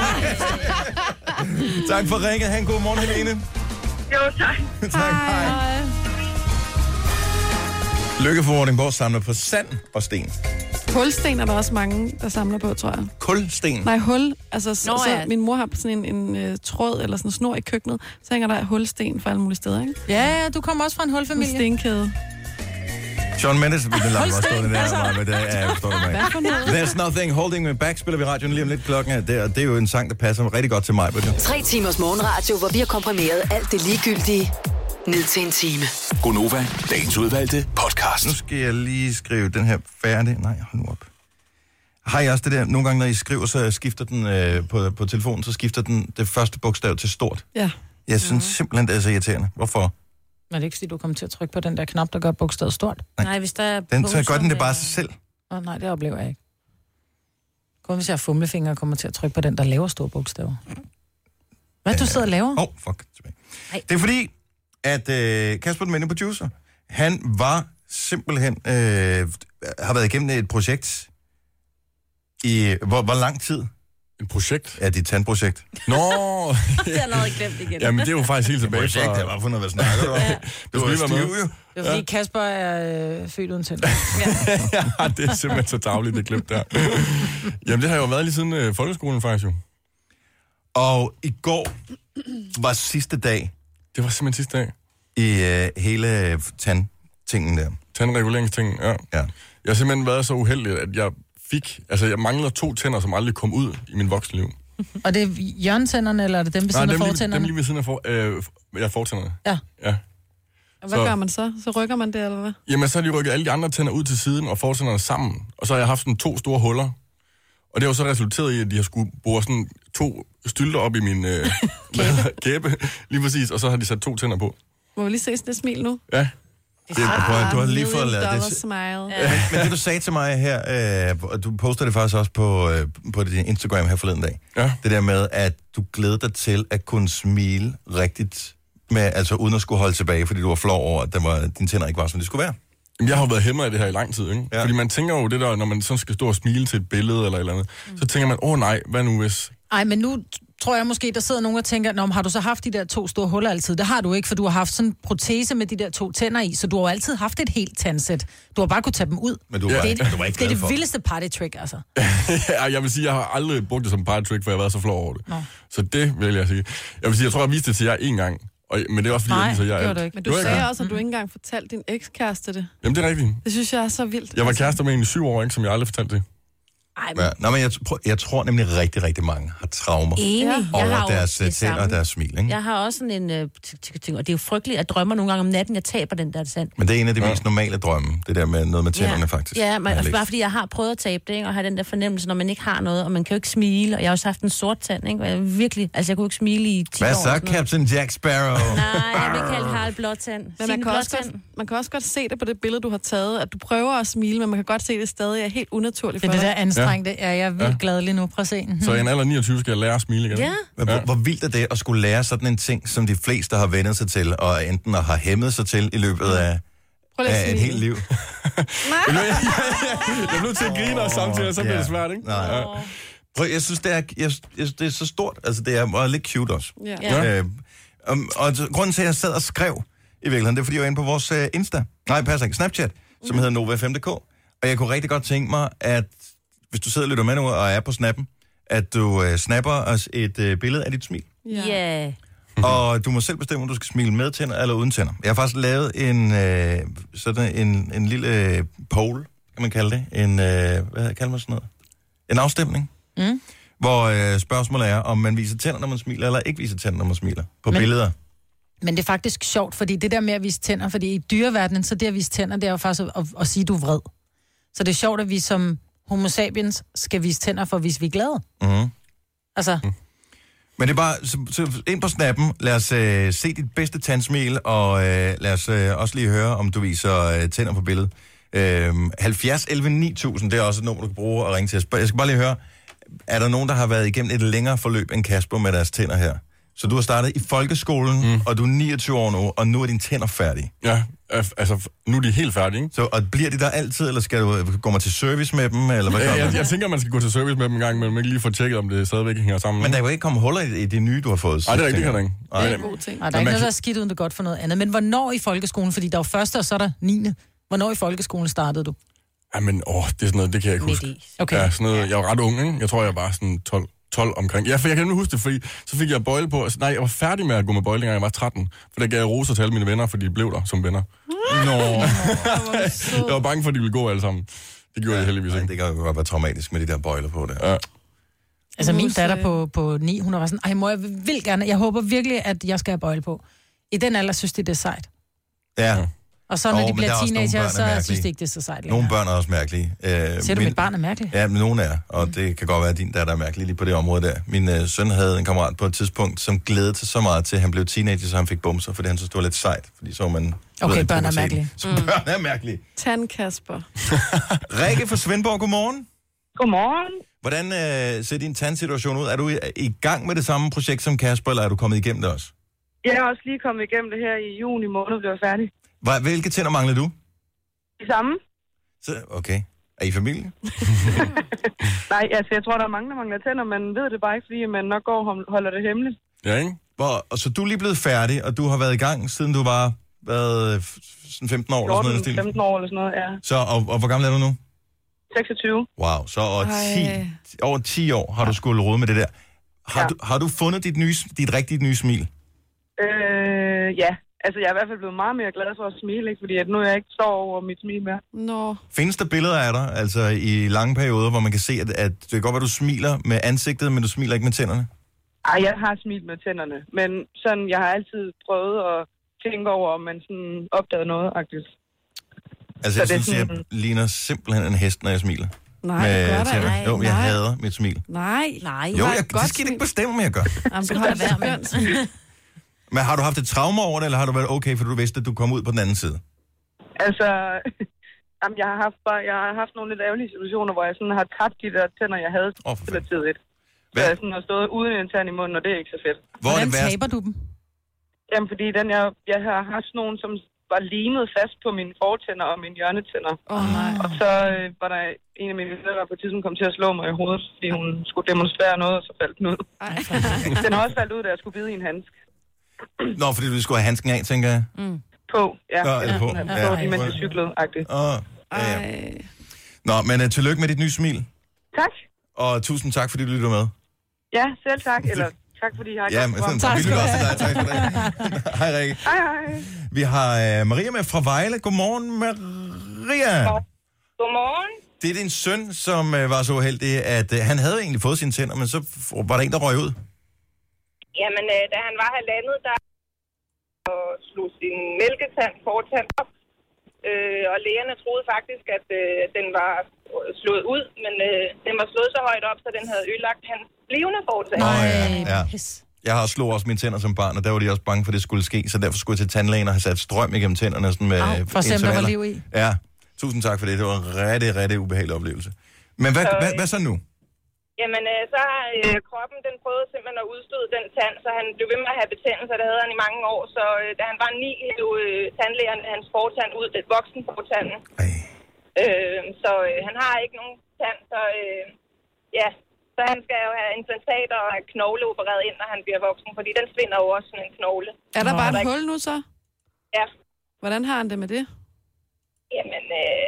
Tak for ringet. Ha' en god morgen, Helene. Jo, tak. Tak, hej. Lykke for Vordingborg samler på sand og sten. Hulsten er der også mange, der samler på, tror jeg. Kulsten? Nej, hul. Altså, så min mor har sådan en tråd eller sådan en snor i køkkenet, så hænger der hulsten for alle mulige steder, ikke? Ja, du kommer også fra en hulfamilie. En stenkæde. Shawn Mendes, vil det lade mig stå det der, men det er forstår du mig. Hvad for noget? There's Nothing Holding Me Back spiller vi i radioen lige om lidt. Klokken er der, og det er jo en sang, der passer rigtig godt til mig. 3 timers morgenradio, hvor vi har komprimeret alt det ligegyldige ned til en time. Gonova, dagens udvalgte podcast. Nu skal jeg lige skrive den her færdig. Nej, hold nu op. Har I også det der, nogle gange når I skriver, så skifter den på telefonen, så skifter den det første bogstav til stort. Ja. Jeg synes simpelthen, det er så irriterende. Hvorfor? Men det er ikke, fordi du kommer til at trykke på den der knap, der gør bogstavet stort? Nej, hvis der er... Så gør den det bare sig selv. Nej, det oplever jeg ikke. Kun hvis jeg har fumlefinger og kommer til at trykke på den, der laver store bogstaver. Hvad du sidder og laver? Fuck. Det er fordi, at Kasper, den mandlige producer, han var simpelthen, har været igennem et projekt i, hvor lang tid? Et projekt? Ja, dit tandprojekt. Nå! Det har noget glemt igen. Jamen, det er jo faktisk helt tilbage projekt, fra... jeg var fundet, hvad snakker du om. Du var stiv, jo. Det er fordi Kasper er født uden tænder. Ja, det er simpelthen så dagligt, det klip der. Jamen, det har jo været lige siden folkeskolen faktisk jo. Og i går var sidste dag. Det var simpelthen sidste dag. I hele tandtingen der. Tandreguleringstingen, ja. Jeg har simpelthen været så uheldig, at jeg mangler 2 tænder, som aldrig kom ud i min voksenliv. Og det er hjørnetænderne, eller er det dem ved siden af fortænderne? Dem lige ved siden af fortænderne. Ja. Og hvad gør man så? Så rykker man det, eller hvad? Jamen, så har de rykket alle de andre tænder ud til siden og fortænderne sammen. Og så har jeg haft sådan 2 store huller. Og det har jo så resulteret i, at de har skulle bore sådan 2 stylter op i min kæbe. Lige præcis. Og så har de sat 2 tænder på. Må vi lige se sådan et smil nu? Ja. Du har lige fået lavet det. Smile. Ja. Men det, du sagde til mig her, du postede det faktisk også på din Instagram her forleden dag. Ja. Det der med, at du glæder dig til at kunne smile rigtigt, altså uden at skulle holde tilbage, fordi du var flov over, at dine tænder ikke var, som de skulle være. Jeg har jo været hæmmet af det her i lang tid, ikke? Ja. Fordi man tænker jo det der, når man sådan skal stå og smile til et billede eller et eller andet, så tænker man, nej, hvad nu hvis... Ej, men nu tror jeg måske, der sidder nogen og tænker, har du så haft de der 2 store huller altid? Det har du ikke, for du har haft sådan en protese med de der 2 tænder i, så du har jo altid haft et helt tandsæt. Du har bare kunnet tage dem ud. Men du var ikke det er det vildeste party-trick, altså. Ja, jeg vil sige, jeg har aldrig brugt det som party-trick, for jeg har været så flov over det. Nå. Så det vil jeg sige. Jeg vil sige, jeg tror, jeg viste det til jer 1 gang. Men det er også fordi, det gjorde du ikke. Men du sagde også, at du ikke engang fortalte din ekskæreste det. Jamen, det er rigtigt. Det synes jeg er så vildt. Jeg var kærester med en i 7 år, ikke, som jeg aldrig fortalte det. Men jeg tror nemlig rigtig, rigtig mange har traumer over deres tænder og deres smil. Ikke? Jeg har også sådan en ting, og det er jo frygteligt, at drømmer nogle gange om natten, jeg taber den der sand. Men det er en af de mest normale drømme, det der med noget med tænderne faktisk. Ja, bare fordi jeg har prøvet at tabe det, ikke, og have den der fornemmelse, når man ikke har noget, og man kan jo ikke smile, og jeg har også haft en sort tand, ikke, og jeg virkelig, jeg kunne ikke smile i 10 år. Hvad så, Captain Jack Sparrow? Nej, jeg vil ikke kalde Harald blåtand. Men man kan også godt se det på det billede, du har taget, at du prøver at smile, men man kan godt se, at det stadig er helt unaturligt for dig. Det er det der anstrengte, jeg er vildt glad lige nu. Prøv at se. Så i en alder 29 skal jeg lære at smile igen. Ja. Hvor vildt er det at skulle lære sådan en ting, som de fleste har vendt sig til, og enten har hæmmet sig til i løbet af et helt liv? Jeg er nødt til at grine også samtidig, og så bliver det svært, ikke? Nej. Prøv, jeg synes, det er så stort. Altså, det er lidt cute også. Ja. Og grunden til, at jeg sad og skrev i virkeligheden, det er, fordi jeg var inde på vores Snapchat, som hedder Nova5.dk. Og jeg kunne rigtig godt tænke mig, at hvis du sidder og lytter med nu og er på snappen, at du snapper os et billede af dit smil. Ja. Og du må selv bestemme, om du skal smile med tænder eller uden tænder. Jeg har faktisk lavet en lille poll, kan man kalde det. Hvad kalder man sådan noget? En afstemning. Hvor spørgsmålet er, om man viser tænder, når man smiler, eller ikke viser tænder, når man smiler på billeder. Men det er faktisk sjovt, fordi det der med at vise tænder, fordi i dyreverdenen, så det at vise tænder, det er jo faktisk at sige, du er vred. Så det er sjovt, at vi som homo sapiens skal vise tænder, for at vise, vi er glade. Altså... Men det er bare, så ind på snappen, lad os se dit bedste tandsmil, og lad os også lige høre, om du viser tænder på billedet. 70 11 9000, det er også et nummer, du kan bruge og ringe til. Jeg skal bare lige høre, er der nogen, der har været igennem et længere forløb end Kasper med deres tænder her? Så du har startet i folkeskolen, og du er 29 år nu, og nu er dine tænder færdige. Ja, Altså, nu er de helt færdige, ikke? Så, og bliver de der altid, eller skal du gå med til service med dem, eller hvad jeg tænker, man skal gå til service med dem en gang, men man ikke lige få tjekket, om det stadigvæk hænger sammen. Men der er jo ikke kommet huller i de nye, du har fået. Nej, det er rigtigt, det kan der ikke. Det er en god ting. Og der er ikke noget, der er skidt, uden det er godt for noget andet. Men hvornår i folkeskolen, fordi der er jo første, og så er der 9. Hvornår i folkeskolen startede du? Jamen, det er sådan noget, det kan jeg ikke huske. Okay. Ja, sådan noget, jeg var ret ung, ikke? Jeg tror, jeg var sådan 12 omkring. Ja, for jeg kan nemlig huske det, fordi så fik jeg bøjle på. Altså, nej, jeg var færdig med at gå med bøjle, da jeg var 13. For der gav jeg roser til alle mine venner, fordi de blev der som venner. Jeg var bange for, at de ville gå alle sammen. Det gjorde jeg heldigvis ikke. Det kan jo godt være traumatisk med de der bøjler på der. Ja. Altså min datter på 9, hun var sådan, ej mor, jeg vil gerne, jeg håber virkelig, at jeg skal have bøjle på. I den alder synes de, det er sejt. Ja. Og så når de bliver teenager, så synes de ikke, det er så sejt længere. Nogle børn er også mærkelige. Ser du, mit barn er mærkelig? Ja, men nogle er, og det kan godt være, at din datter er mærkelig lige på det område der. Min søn havde en kammerat på et tidspunkt, som glædede sig så meget til, at han blev teenager, så han fik bumser, fordi han synes, det var lidt sejt. Fordi så man... Okay, børn er mærkelige. Så børn er mærkelige. Tand Kasper. Rikke fra Svendborg, godmorgen. Godmorgen. Hvordan ser din tandsituation ud? Er du i gang med det samme projekt som Kasper, eller er du kommet igennem det også? Jeg er også lige kommet igennem det her i juni måned, blev jeg færdig. Hvilke tænder mangler du? De samme. Så, okay. Er I familie? Nej, altså jeg tror, der er mange, der mangler tænder, men ved det bare ikke, fordi man nok går og holder det hemmeligt. Ja, ikke? Så du er lige blevet færdig, og du har været i gang, siden du var 15 år? 14, eller sådan noget, 15 år eller sådan noget, ja. Så, og hvor gammel er du nu? 26. Wow, så over 10 år har du skulle rode med det der. Har du fundet dit rigtige nye smil? Ja. Altså, jeg er i hvert fald blevet meget mere glad for at smile, ikke? Fordi at nu er jeg ikke står over mit smil mere. Findes der billeder af dig, altså i lange perioder, hvor man kan se, at det kan godt være, du smiler med ansigtet, men du smiler ikke med tænderne? Ej, jeg har smilt med tænderne. Men sådan, jeg har altid prøvet at tænke over, om man sådan opdagede noget, faktisk. Altså, jeg synes, jeg ligner simpelthen en hest, når jeg smiler. Nej, gør det ikke. Jo, jeg hader mit smil. Nej. Jo, det skal ikke bestemme, om jeg gør. Jamen, du har været med. Men har du haft et traume over det, eller har du været okay, for du vidste, at du kom ud på den anden side? Altså, jamen, jeg har haft nogle lidt ærgerlige situationer, hvor jeg sådan har tabt de der tænder, jeg havde tidligt. Så jeg sådan har stået uden en tand i munden, og det er ikke så fedt. Hvordan taber du dem? Jamen, fordi jeg har haft nogen, som var limet fast på mine fortænder og mine hjørnetænder. Nej. Og så var der en af mine venner, der på tidspunkt kom til at slå mig i hovedet, fordi hun skulle demonstrere noget, og så faldt den ud. Den har også faldt ud, da jeg skulle bide i en handske. Nå, fordi du skulle have handsken af, tænker jeg. På, ja. Nå, eller på. Ja. Mens jeg cyklede-agtigt. Ja. Nå, men tillykke med dit nye smil. Tak. Og tusind tak, fordi du lytter med. Ja, selv tak. Eller tak, fordi jeg har ja, men sådan, tak skal du have. Tak skal du have. Hej, Rikke. Hej. Vi har Maria med fra Vejle. Godmorgen, Maria. Godmorgen. Det er din søn, som var så uheldig, at han havde egentlig fået sine tænder, men så var der en, der røg ud. Jamen, da han var halvandet, der slog sin mælketand fortand op. Og lægerne troede faktisk, at den var slået ud, men den var slået så højt op, så den havde ødelagt hans blivende fortand. Ja. Jeg har slået også mine tænder som barn, og der var de også bange for, at det skulle ske, så derfor skulle jeg til tandlægen og have sat strøm igennem tænderne. Sådan med for at se, om der var liv i. Ja, tusind tak for det. Det var en rigtig ubehagelig oplevelse. Men hvad så nu? Jamen, så har kroppen, den prøvede simpelthen at udstøde den tand, så han blev ved med at have betændelse, det havde han i mange år. Så da han var 9, hævde tandlægerne hans fortand ud, det voksenfortanden. Så han har ikke nogen tand, så så han skal jo have implantater og have knogle opereret ind, når han bliver voksen, fordi den svinder jo også sådan en knogle. Er der bare et hul nu så? Ja. Hvordan har han det med det? Jamen,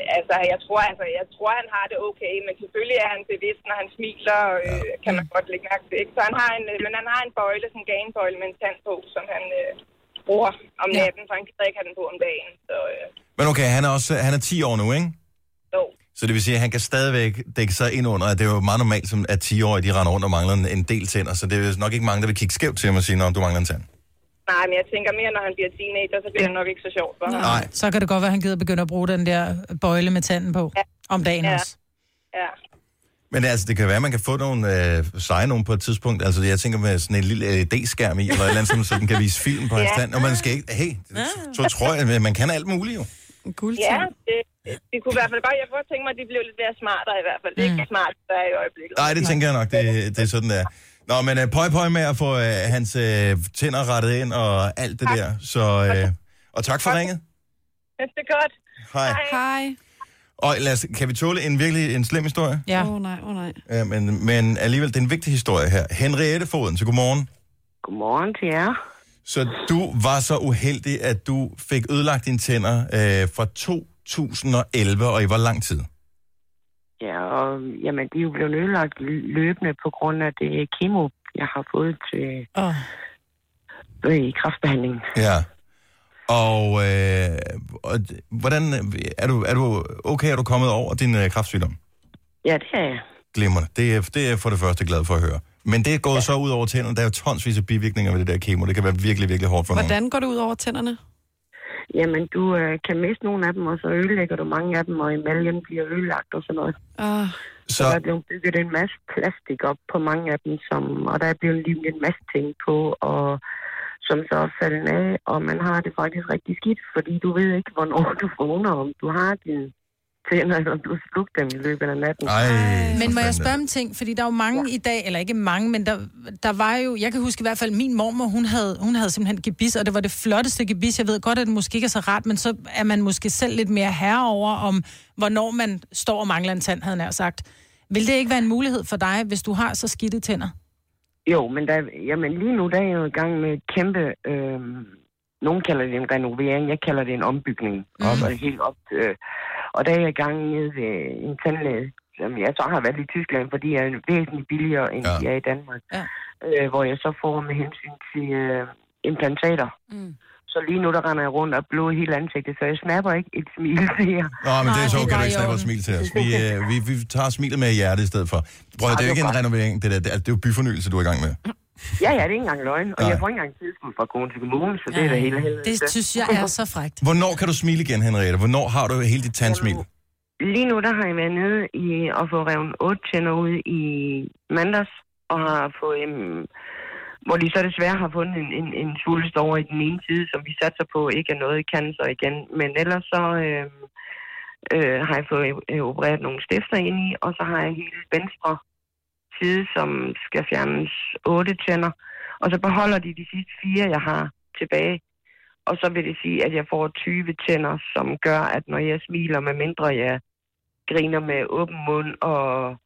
jeg tror, han har det okay, men selvfølgelig er han bevidst, når han smiler, kan man godt lægge mærke til. Så han har en bøjle, sådan en ganebøjle med en tand på, som han bruger om natten, så han kan ikke have den på om dagen. Så, Men okay, han er 10 år nu, ikke? Jo. Så det vil sige, at han kan stadigvæk dække sig ind under, at det er jo meget normalt, som at 10-årige, de render rundt og mangler en del tænder, så det er nok ikke mange, der vil kigge skævt til ham og sige, når du mangler en tand. Nej, men jeg tænker mere, når han bliver teenager, så bliver det nok ikke så sjovt for ham. Nej. Så kan det godt være, at han gider begynde at bruge den der bøjle med tanden på om dagen også. Ja. Men altså, det kan være, at man kan få nogle seje nogen på et tidspunkt. Altså, jeg tænker med sådan en lille LED-skærm i, eller et eller andet, så den kan vise film på hans tand. Og man skal ikke... Hey, så tror jeg, at man kan alt muligt jo. Ja, det kunne i hvert fald godt. Jeg kunne tænke mig, at de blev lidt mere smartere i hvert fald. Det er ikke smart, der er i øjeblikket. Nej, det tænker jeg nok. Det er sådan, der. Nå, men pøj med at få hans tænder rettet ind og alt det der. Så, og tak for ringet. Det er godt. Hej. Og kan vi tåle en slem historie? Ja. Nej. Ja, men alligevel, det er en vigtig historie her. Henriette Foden, så godmorgen. Godmorgen til jer. Så du var så uheldig, at du fik ødelagt dine tænder fra 2011, og i hvor lang tid? Ja, og jamen, de er jo blevet ødelagt løbende på grund af det kemo, jeg har fået til i kræftbehandlingen. Ja. Og hvordan er du okay, er du kommet over din kræftsygdom? Ja, det er jeg. Glimrende. Det er for det første glad for at høre. Men det er gået så ud over tænderne. Der er jo tonsvis af bivirkninger ved det der kemo. Det kan være virkelig, virkelig hårdt for nogen. Hvordan går det ud over tænderne? Jamen, du kan miste nogle af dem, og så ødelægger du mange af dem, og emaljen bliver ødelagt og sådan noget. Så der er blevet bygget en masse plastik op på mange af dem, og der er blevet livet en masse ting på, og som så er faldet af, og man har det faktisk rigtig skidt, fordi du ved ikke, hvornår du vågner, om du har dine tænder, eller du slugt dem i løbet af natten. Men må jeg spørge om ting? Fordi der er jo mange i dag, eller ikke mange, men der var jo, jeg kan huske i hvert fald, min mormor, hun havde simpelthen gebis, og det var det flotteste gebis. Jeg ved godt, at det måske ikke er så rart, men så er man måske selv lidt mere herre over, om hvornår man står og mangler en tand, havde jeg sagt. Vil det ikke være en mulighed for dig, hvis du har så skidte tænder? Jo, men lige nu der er jeg jo i gang med et kæmpe... nogen kalder det en renovering, jeg kalder det en ombygning. Helt op, og der er jeg i gang med en tandlæge, som jeg så har været i Tyskland, fordi jeg er væsentligt billigere, end de er i Danmark. Ja. Hvor jeg så får med hensyn til implantater. Så lige nu, der render jeg rundt og blå hele ansigtet, så jeg snapper ikke et smil til jer. Nå, men det er så okay, du ikke snapper et smil til os. Vi tager smilet med hjertet i stedet for. Prøv, det er jo ikke en renovering, det er jo byfornyelse, du er i gang med. Ja, det er ikke engang løgn. Og jeg får ikke engang tilskud fra Kone til kommunen, så det er da hele helvede. Det synes jeg er så frækt. Hvornår kan du smile igen, Henriette? Hvornår har du hele dit tandsmil? Lige nu, der har jeg været nede og fået revet 8 tænder ud i mandags, og har fået hvor de så desværre har fundet en svulst over i den ene side, som vi satser på ikke er noget cancer igen. Men ellers så har jeg fået opereret nogle stifter ind i, og så har jeg hele venstre side, som skal fjernes 8 tænder. Og så beholder de sidste 4, jeg har tilbage. Og så vil det sige, at jeg får 20 tænder, som gør, at når jeg smiler, med mindre jeg griner med åben mund, og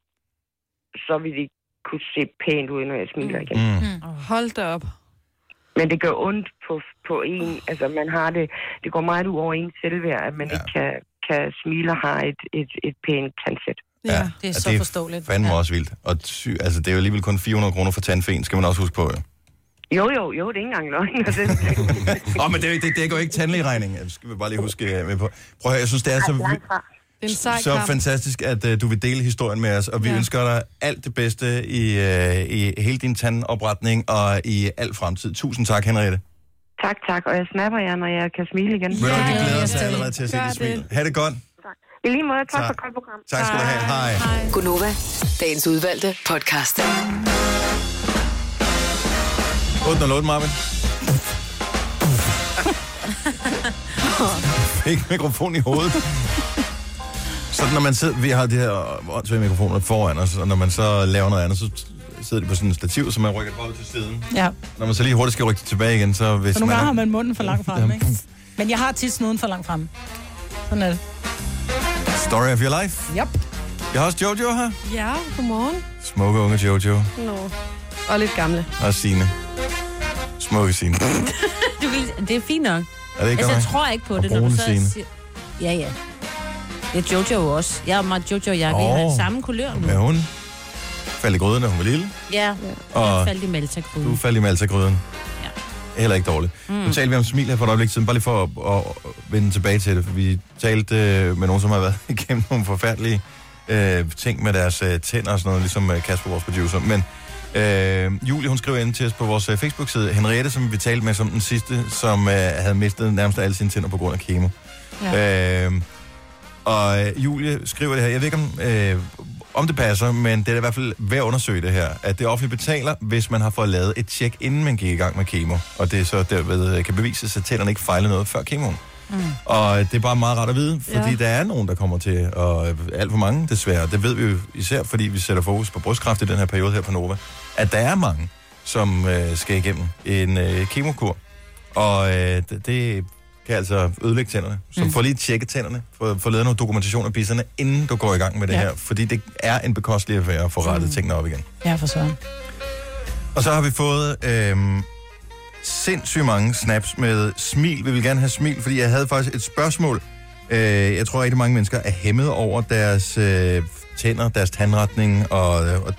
så vil de kunne se pænt ud, når jeg smiler igen. Hold da op. Men det gør ondt på en. Altså, man har det går meget ud over ens selvværd, at man ikke kan smile og har et pænt tandsæt. Ja, det er så forståeligt. Det er fandme også vildt. Og altså, det er jo alligevel kun 400 kroner for tandfen, skal man også huske på, jo. Jo, det er ikke engang løgn. Men det dækker jo ikke tandlægeregning. Det skal vi bare lige huske med på. Prøv at høre, jeg synes, det er så fantastisk, at du vil dele historien med os, og vi ønsker dig alt det bedste i hele din tandopretning og i al fremtid. Tusind tak, Henriette. Tak, og jeg snapper jer, når jeg kan smile igen. Vi glæder os allerede til at se dit smil. Ha' det godt. I lige måde, tak for et godt program. Tak skal du have. Hej. Gunova, dagens udvalgte podcast. 808, Marvin. Fik mikrofon i hovedet. Så når man sidder, vi har de her åndssvage mikrofoner foran os, og når man så laver noget andet, så sidder de på sådan en stativ, så man rykker det til siden. Ja. Når man så lige hurtigt skal rykke det tilbage igen, så hvis for nogle gange har man munden for langt fremme, ikke? Men jeg har tit snuden for langt fremme. Sådan er det. Story of your life. Yep. Jeg har også Jojo her. Ja, godmorgen. Smukke unge Jojo. Og lidt gamle. Og Signe. Smukke Signe. Det er fint nok. Er det ikke jeg tror ikke på det, når du så siger... Ja. Det er Jojo også. Jeg er meget Jojo-jakke. Vi har samme kulør nu. Ja, hun faldt i gryden, da hun var lille. Ja, og faldt i Malta-gryden. Du faldt i Malta-gryden. Ja. Heller ikke dårligt. Nu talte vi om smil her for et øjeblik siden, bare lige for at vende tilbage til det, for vi talte med nogen, som har været igennem nogle forfærdelige ting med deres tænder og sådan noget, ligesom Kasper, vores producer. Men Julie, hun skriver ind til os på vores Facebook-side, Henriette, som vi talte med som den sidste, som havde mistet nærmest alle sine tænder på grund af kemo. Ja. Og Julie skriver det her, jeg ved ikke om det passer, men det er i hvert fald værd at undersøge det her, at det offentligt betaler, hvis man har fået lavet et tjek, inden man gik i gang med kemo. Og det så derved kan bevises, at tænderne ikke fejler noget før kemoen. Og det er bare meget rart at vide, fordi der er nogen, der kommer til, og alt for mange desværre, det ved vi jo især, fordi vi sætter fokus på brystkræft i den her periode her på Nova, at der er mange, som skal igennem en kemokur. Og det kan altså ødelægge tænderne. Så få lige tjekket tænderne, få lavet noget dokumentation af bisserne, inden du går i gang med det her. Fordi det er en bekostelig affære at få rettet tingene op igen. Ja, for søren. Og så har vi fået sindssygt mange snaps med smil. Vi vil gerne have smil, fordi jeg havde faktisk et spørgsmål. Jeg tror rigtig mange mennesker er hæmmet over deres tænder, deres tandretning, og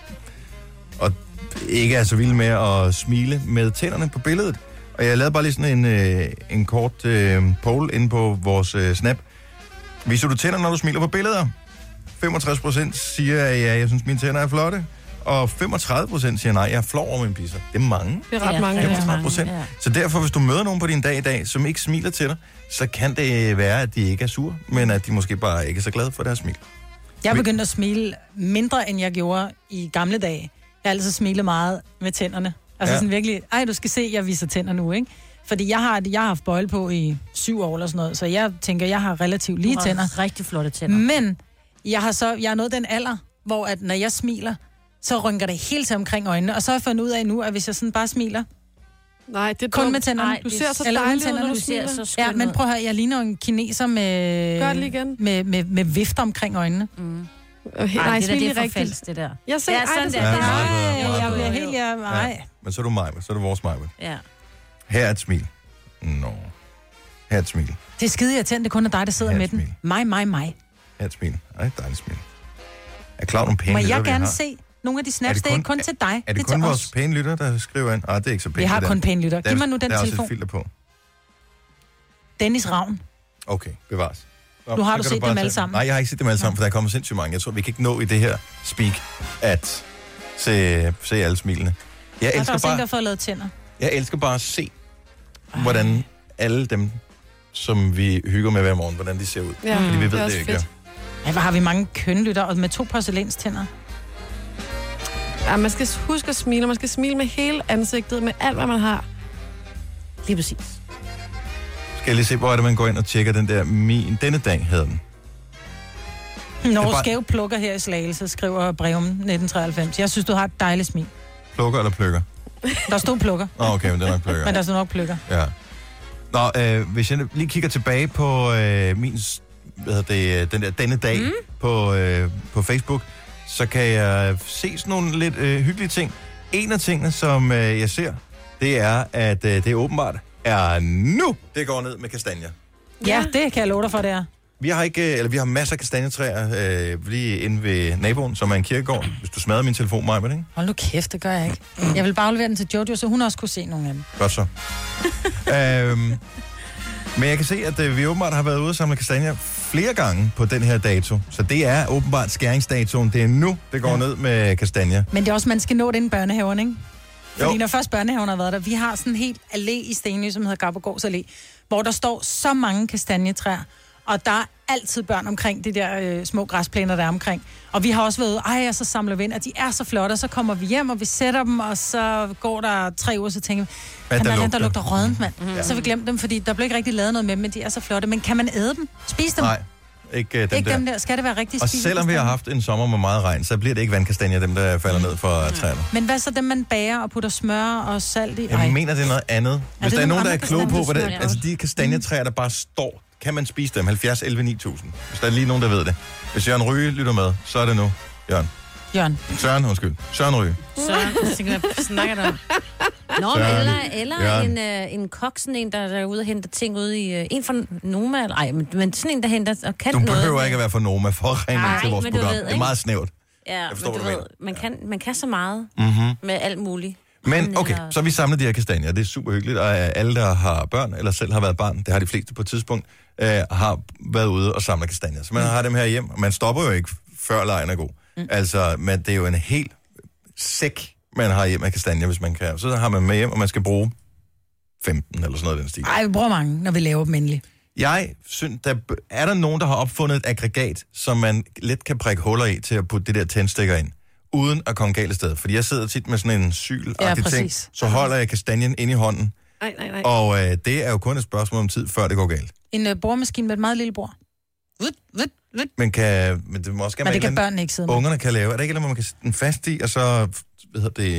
ikke er så vilde med at smile med tænderne på billedet. Og jeg lavede bare lige sådan en kort poll inde på vores snap. Viser du tænder, når du smiler på billeder? 65% siger, at ja, jeg synes, mine tænder er flotte. Og 35% siger nej, jeg flår over mine pisser. Det er mange. Det er ret mange. 35%. Ja. Så derfor, hvis du møder nogen på din dag i dag, som ikke smiler til dig, så kan det være, at de ikke er sure, men at de måske bare ikke er så glade for deres smil. Jeg er begyndt at smile mindre, end jeg gjorde i gamle dage. Jeg har altid smilet meget med tænderne. Altså sådan virkelig, du skal se, jeg viser tænder nu, ikke? Fordi jeg har haft bøjle på i 7 år eller sådan noget, så jeg tænker, jeg har relativt lige tænder. Rigtig flotte tænder. Men jeg er nået den alder, hvor at når jeg smiler, så rynker det helt til omkring øjnene, og så har jeg fundet ud af nu, at hvis jeg sådan bare smiler, nej, det er kun med tænderne. Du ser så dejlig ud, når du smiler. Ja, men prøv at høre, jeg ligner en kineser med... Gør det igen. Med vifter omkring øjnene. Nej, det er for falsk, det der. Jeg ser, sådan der. Jeg bliver helt... Nej. Men så er du mig, så er du vores mig. Ja. Her er et smil. Nå. Her er et smil. Det er skide irriterende, det kun er dig, der sidder med den. Mig. Her er et smil. Ej, dejligt smil. Er klar nogle pæne lytter, må jeg gerne se nogle af de snaps? Det er ikke kun til dig. Er det kun vores pæne lytter, der skriver ind? Det er ikke så pænt. Vi har kun pæne lytter. Giv mig nu den telefon. Der er også et filter på. Dennis Ravn. Okay, bevares. Nu har du set dem alle sammen. Nej, jeg har ikke set dem alle sammen, for der er kommet sindssygt mange. Jeg tror, vi kan ikke nå i det her speak at se alle smilene. Jeg elsker bare... der får lavet tænder. Jeg elsker bare at se, hvordan alle dem, som vi hygger med hver morgen, hvordan de ser ud. Ja, fordi vi ved det ikke. Ja, hvor har vi mange kønlytter, og med 2 porcelænstænder. Ja, man skal huske at smile, man skal smile med hele ansigtet, med alt, hvad man har. Lige præcis. Skal jeg lige se, hvor er det, man går ind og tjekker den der denne dag, hedder den. Norge Skæv plukker her i Slagelse, skriver Breum 1993. Jeg synes, du har et dejligt smil. Plukker eller plukker? Der stod plukker. Okay, men det er nok plukker. Men der stod nok plukker. Ja. Nå, hvis jeg lige kigger tilbage på min, denne dag på Facebook, så kan jeg se sådan nogle lidt hyggelige ting. En af tingene, som jeg ser, det er, at det åbenbart er nu, det går ned med kastanjer. Ja, det kan jeg love dig for, det er. Vi har masser af kastanjetræer lige inde ved naboen, som er en kirkegård. Hvis du smadrer min telefon, Maja, ikke? Hold nu kæft, det gør jeg ikke. Jeg vil bare aflevere den til Jojo, så hun også kunne se nogle af dem. Godt så. Men jeg kan se, at vi åbenbart har været ude og samle kastanjer flere gange på den her dato. Så det er åbenbart skæringsdatoen. Det er nu, det går ned med kastanjer. Men det er også, man skal nå det inden børnehaven, ikke? Fordi Jo. når først børnehaven har været der, vi har sådan en helt allé i Stenly, som hedder Gabbergårds Allé, hvor der står så mange kastanjetræer, og der er altid børn omkring de der små græsplæner, der er omkring. Og vi har også været, og så samler vi ind, og de er så flotte, og så kommer vi hjem, og vi sætter dem, og så går der 3 uger, så tænker vi, der lugter rådent, mand. Mm-hmm. Så vi glemte dem, fordi der blev ikke rigtig lavet noget med dem, men de er så flotte. Men kan man æde dem? Spise dem? Nej, ikke dem der. Skal det være rigtig Og spise? selvom vi har haft en sommer med meget regn, så bliver det ikke vandkastanjer, dem der falder ned fra træerne. Men hvad så dem, man bager og putter smør og salt i? Jeg mener, det er noget andet. Hvis der er nogen, der er kloge på, hvordan, kastanjer? altså de kastanjetræer, der bare står, kan man spise dem? 70, 11, 9000. Hvis der er lige nogen, der ved det. Hvis Jørgen Ryge lytter med, så er det nu. Søren Ryge. Søren, hvad snakker du om? Nå, eller en kok, sådan en, der er ude og henter ting ude i... En fra Noma, men sådan en, der henter og kan Du noget. behøver ikke at være for Noma for at ringe til vores program. Det er meget snævert. Ja, forstår, men du ved, man kan så meget med alt muligt. Men okay, så vi samler de her kastanjer. Det er super hyggeligt, og alle, der har børn, eller selv har været barn, det har de fleste på et tidspunkt, har været ude og samle kastanjer. Så man har dem her hjem, og man stopper jo ikke, før lejen er god. Altså, men det er jo en helt sæk, man har hjem af kastanjer, hvis man kan. Så har man med hjem, og man skal bruge 15 eller sådan noget den stil. Ej, vi bruger mange, når vi laver dem endelig. Jeg synes, er der nogen, der har opfundet et aggregat, som man let kan prikke huller i til at putte det der tændstikker ind, uden at komme galt sted. Fordi jeg sidder tit med sådan en sylagtig ting, så holder jeg kastanjen ind i hånden. Nej. Og det er jo kun et spørgsmål om tid, før det går galt. En boremaskine med et meget lille bord. Men det må også gerne det kan børnene ikke sidde med. Ungerne kan lave. Er det ikke, hvor man kan sætte den fast i, og så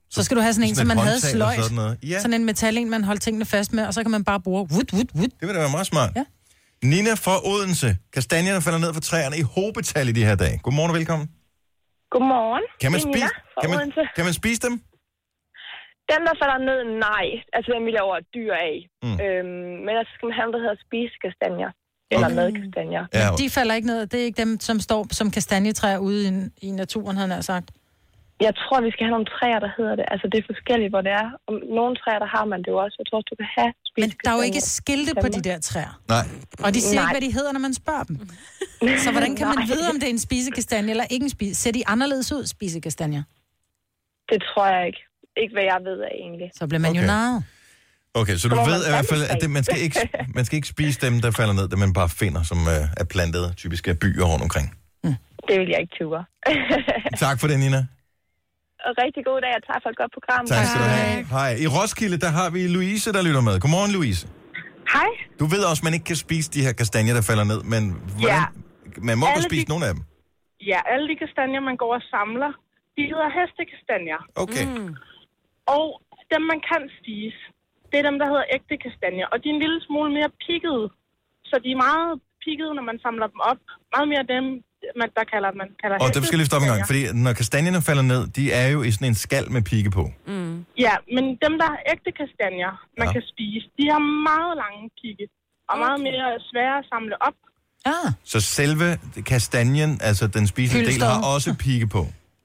Så skal du have sådan en, som man havde sløjt. Ja. Sådan en metal en, man holdt tingene fast med, og så kan man bare bruge wut. Det vil da være meget smart. Ja. Nina fra Odense. Kastanjerne falder ned fra træerne i hobetal i de her dage. Godmorgen og velkommen. Godmorgen. Kan man spise dem? Dem, der falder ned, nej. Altså, dem vil jeg over dyr af. Men der skal man have noget, der hedder spisekastanjer. Eller madkastanjer. Ja. De falder ikke ned. Det er ikke dem, som står som kastanjetræer ude i naturen, havde jeg sagt. Jeg tror, vi skal have nogle træer, der hedder det. Altså, det er forskelligt, hvor det er. Om nogle træer, der har man det jo også. Jeg tror, du kan have spisekastanjer. Men der er jo ikke skilte på de der træer. Nej. Og de siger ikke, hvad de hedder, når man spørger dem. Så hvordan kan man vide, om det er en spisekastanje eller ikke en Ser de anderledes ud, spisekastanjer? Det tror jeg ikke. Ikke hvad jeg ved af egentlig. Så bliver man jo narret. Okay, så du ved i hvert fald, at man skal ikke spise dem, der falder ned, dem man bare finder, som er plantet typisk af byer rundt omkring. Det vil jeg ikke ture. Tak for det, Nina. Og rigtig god dag, og tak for et godt program. Tak skal du have. Hej. I Roskilde, der har vi Louise, der lytter med. Godmorgen, Louise. Hej. Du ved også, at man ikke kan spise de her kastanjer, der falder ned, men hvordan, man må godt spise nogle af dem. Ja, alle de kastanjer, man går og samler, de hedder hestekastanjer. Okay. Og dem, man kan spise, det er dem, der hedder ægte kastanjer. Og de er en lille smule mere pikkede. Så de er meget pikkede, når man samler dem op. Meget mere dem, man kalder og det skal lige stoppe en gang, fordi når kastanjerne falder ned, de er jo i sådan en skal med pigge på. Ja, men dem, der er ægte kastanjer, man kan spise, de har meget lange pigge. Og meget mere svære at samle op. Så selve kastanjen, altså den spisende del, har også pigge på?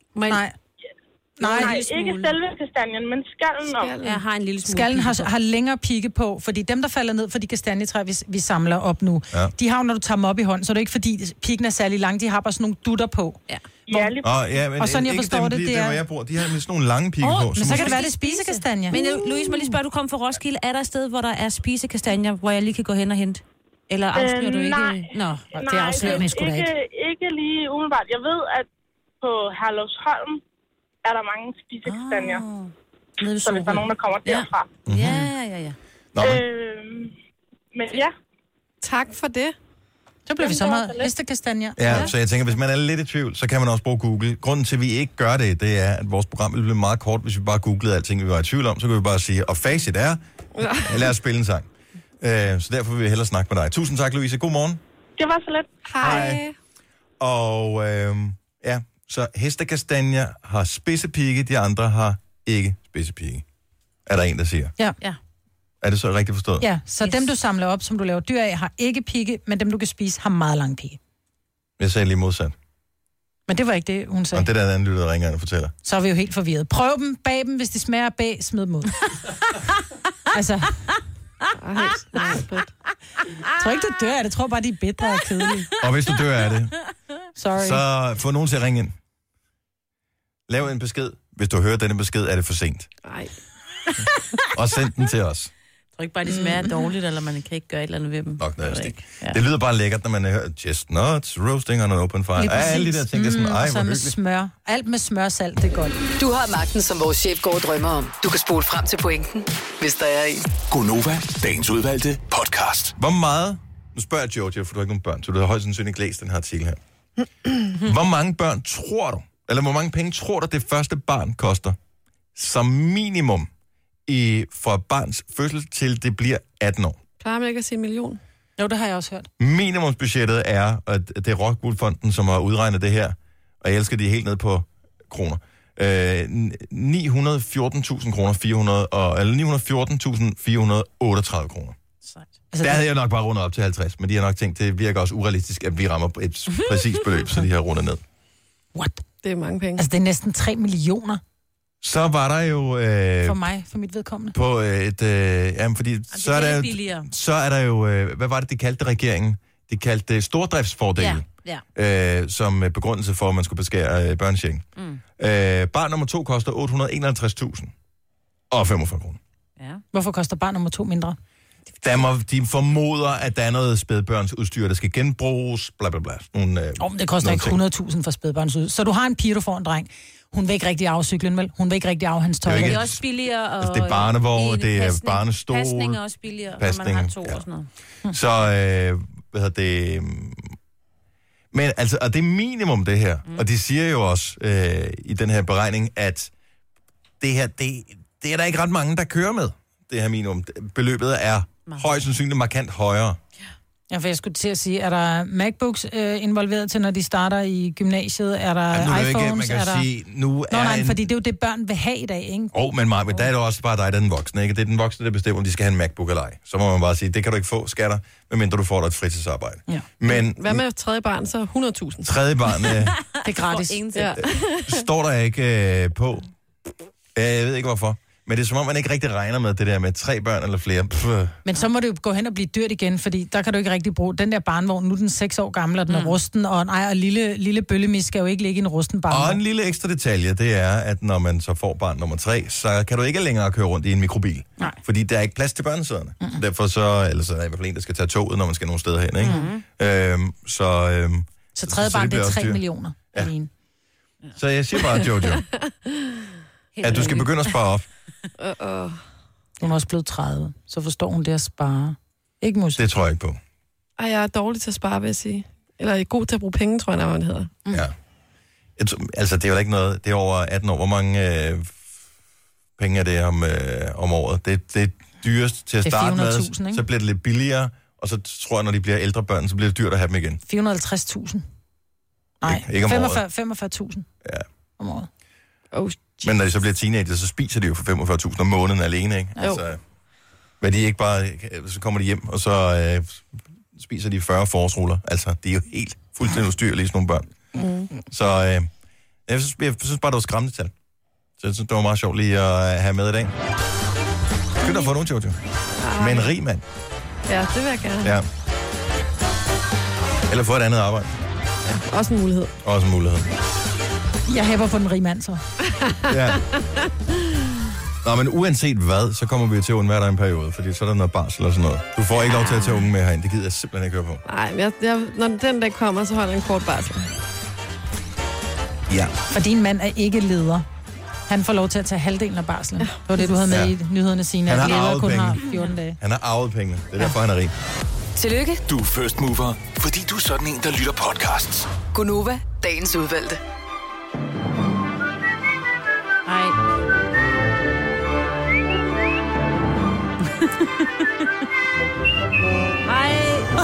Nej, ikke selve kastanjen, men skallen har en lille smule. Skallen har længere pigge på, fordi dem, der falder ned for de kastanjetræer, vi samler op nu, de har jo, når du tager dem op i hånden, så er det ikke fordi piggen er særlig lang, de har bare sådan nogle dutter på. Men og sådan jeg forstår det, det er... jeg bor, de har sådan nogle lange pigge på. Men så kan det være, det er spisekastanjer. Men Louise, må lige spørge, du kom fra Roskilde. Er der et sted, hvor der er spisekastanjer, hvor jeg lige kan gå hen og hente? Eller afslører du ikke? Nej, det afslører man sgu da ikke. Ikke lige umiddelbart. Jeg ved, at på Herlufsholm er der mange spisekastanjer. Så hvis der er nogen, der kommer derfra. Ja. Men ja. Tak for det. Så bliver vi så meget hestekastanjer. Ja, så jeg tænker, hvis man er lidt i tvivl, så kan man også bruge Google. Grunden til, at vi ikke gør det, det er, at vores program ville blive meget kort, hvis vi bare googlede alting, vi var i tvivl om. Så kan vi bare sige, og facit er, lad os spille en sang. Så derfor vil vi hellere snakke med dig. Tusind tak, Louise. God morgen. Det var så let. Hej. Og så hestekastanjer har spidsepigge, de andre har ikke spidsepigge. Er der en, der siger? Ja. Er det så rigtigt forstået? Ja, så dem, du samler op, som du laver dyr af, har ikke pigge, men dem, du kan spise, har meget lang pigge. Jeg sagde lige modsat. Men det var ikke det, hun sagde. Og det der anden lytter ringer og fortæller. Så er vi jo helt forvirret. Prøv dem, bag dem, hvis de smager af bag, smid dem ud. Altså... Jeg tror ikke, du dør af det. Jeg tror bare, de er bedre og kedelige. Og hvis du dør af det, sorry, så få nogen til at ringe ind. Lav en besked. Hvis du hører denne besked, er det for sent. Nej. Og send den til os. Jeg tror ikke bare, de smager dårligt, eller man kan ikke gøre et eller andet ved dem. Det lyder bare lækkert, når man hører chestnuts, roasting on an open fire. Alle de der ting, det er sådan, ej, hvor med smør. Alt med smør og salt, det er godt. Du har magten, som vores chef går og drømmer om. Du kan spole frem til pointen, hvis der er en. Gonova, dagens udvalgte podcast. Hvor meget, nu spørger jeg Georgia, for du har ikke nogen børn, så du har højst sandsynligt læst den her artikel her. Hvor mange børn tror du, eller hvor mange penge tror du, det første barn koster, som minimum, fra barns fødsel til det bliver 18 år? Plejer man ikke at sige 1 million? Jo, det har jeg også hørt. Minimumsbudgettet er, at det er Rockwool-fonden, som har udregnet det her, og jeg elsker de helt ned på kroner. 914.400, eller 914.438 kroner. Altså, der havde jeg nok bare rundet op til 50, men de har nok tænkt, det virker også urealistisk, at vi rammer et præcist beløb, så de har rundet ned. What? Det er mange penge. Altså, det er næsten 3 millioner. Så var der jo... for mit vedkommende. På et... fordi så er der jo... hvad var det, de kaldte regeringen? De kaldte det stordriftsfordele. Ja. Som begrundelse for, at man skulle beskære børnechecken. Barn nummer 2 koster 851.000 og 45 kroner. Ja. Hvorfor koster barn nummer 2 mindre? De formoder, at der er noget spædbørnsudstyr, der skal genbruges, bla bla bla. Men det koster ikke 100.000 for spædbørnsudstyr. Så du har en pige, du får en dreng. Hun vil ikke rigtig af cyklen, vel? Hun vil ikke rigtig af hans tøj. Det er også billigere. Og altså, det er barnevogn, det er barnestol. Pasning er også billigere, når man har 2 og sådan noget. Så, hvad hedder det... Men altså, og det er minimum det her. Og de siger jo også i den her beregning, at det her, det er der ikke ret mange, der kører med, det her minimum. Beløbet er højst sandsynligt markant højere. Ja, for jeg skulle til at sige, er der MacBooks involveret til, når de starter i gymnasiet? Er der iPhones? Ikke, man kan sige, fordi det er jo det, børn vil have i dag, ikke? Men Maja, der er det også bare dig, der er den voksne, ikke? Det er den voksne, der bestemmer, om de skal have en MacBook eller ej. Så må man bare sige, det kan du ikke få, skatter, medmindre du får dig et fritidsarbejde. Ja. Men hvad med tredje barn, så 100.000? Tredje barn... det er gratis. Står der ikke på. Jeg ved ikke, hvorfor. Men det er som om, man ikke rigtig regner med det der med 3 børn eller flere. Men så må det jo gå hen og blive dyrt igen, fordi der kan du ikke rigtig bruge den der barnvogn. Nu er den 6 år gammel, og den er rusten, og lille bøllemis skal jo ikke ligge i en rusten barnvogn. Og en lille ekstra detalje, det er, at når man så får barn nummer 3, så kan du ikke længere køre rundt i en mikrobil. Nej. Fordi der er ikke plads til børnesæderne. Derfor eller så er der i hvert fald en, der skal tage toget, når man skal nogle steder hen, ikke? Så tredje barn, det er 3 millioner. Ja. Så jeg siger bare, Jojo, at du skal begynde at spare op. Hun er også blevet 30, så forstår hun det at spare. Ikke musik. Det tror jeg ikke på. Ej, jeg er dårlig til at spare, vil jeg sige. Eller god til at bruge penge, tror jeg, hvad det hedder. Ja. Altså, det er jo ikke noget... Det er over 18 år. Hvor mange penge er det om året? Det er dyrest til at starte med. Så bliver det lidt billigere. Og så tror jeg, når de bliver ældre børn, så bliver det dyrt at have dem igen. 450.000. Nej, ikke om 45.000 ja. om året. Men når de så bliver teenager, så spiser de jo for 45.000 om måneden alene, ikke? Altså, hvad de ikke bare... Så kommer de hjem, og så spiser de 40 forårsruller. Altså, de er jo helt fuldstændig ustyrlige, sådan nogle børn. Så jeg synes bare, det var skræmmende tal. Så jeg synes, det var meget sjovt lige at have med i dag. Skyld dig for nogen, Jojo. Med en rig mand. Ja, det vil jeg gerne. Ja. Eller få et andet arbejde. Ja, også en mulighed. Også en mulighed. Jeg hæpper på den rige mand, så. Ja. Nå, men uanset hvad, så kommer vi til at undvære dig en periode, fordi så er der noget barsel og sådan noget. Du får ikke lov til at tage ungen med herind. Det gider jeg simpelthen ikke høre på. Nej, når den dag kommer, så holder jeg en kort barsel. Ja. For din mand er ikke leder. Han får lov til at tage halvdelen af barslen. Det var det, du havde med i nyhederne sine. Han har leder kun penge. har 14 dage. Han har arvet penge. Det er derfor, han er rig. Tillykke. Du er first mover, fordi du er sådan en, der lytter podcasts. Gunova, dagens udvalgte. Ej. Ej.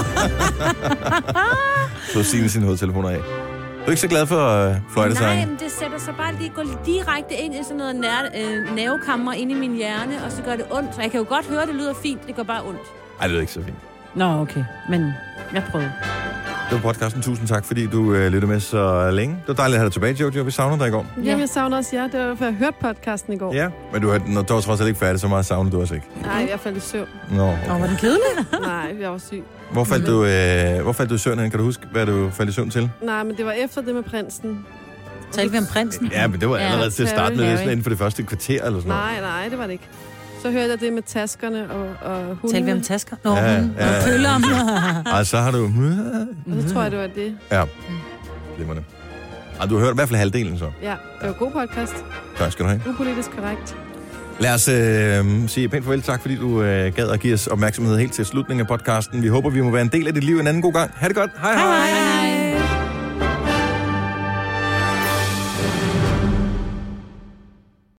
Så Signe sin hovedtelefoner af. Du er ikke så glad for fløjtesangen? Nej, men det sætter sig bare går direkte ind i sådan noget nervekammer ind i min hjerne, og så gør det ondt. Så jeg kan jo godt høre, det lyder fint, det gør bare ondt. Ej, det lyder ikke så fint. Nå, okay. Men jeg prøvede. Det var podcasten. Tusind tak, fordi du lyttede med så længe. Det var dejligt at have dig tilbage, Jojo. Vi savner dig i går. Jamen, jeg savner også jer. Det var for jeg hørte podcasten i går. Ja, men du var trods alt ikke færdig, så meget savner du også ikke. Nej, jeg faldt i søvn. Nå, okay. Var den kedelig? Nej, jeg var syg. Hvor faldt du i søvn hen? Kan du huske, hvad du faldt i søvn til? Nej, men det var efter det med prinsen. Talte vi om prinsen? Ja, men det var allerede til at starte med, sådan inden for det første kvarter eller sådan noget. Nej, det var det ikke. Så hørte jeg det med taskerne og hundene. Talte vi om tasker? Nå, og pøller om. Ej, så har du... Og så tror jeg, det var det. Ja, glimrende. Ej, du har hørt i hvert fald halvdelen så. Ja, det var god podcast. Tak skal du have. Upolitisk korrekt. Lad os sige pænt farvel. Tak, fordi du gad at give os opmærksomhed helt til slutningen af podcasten. Vi håber, vi må være en del af dit liv en anden god gang. Ha' det godt. Hej hej.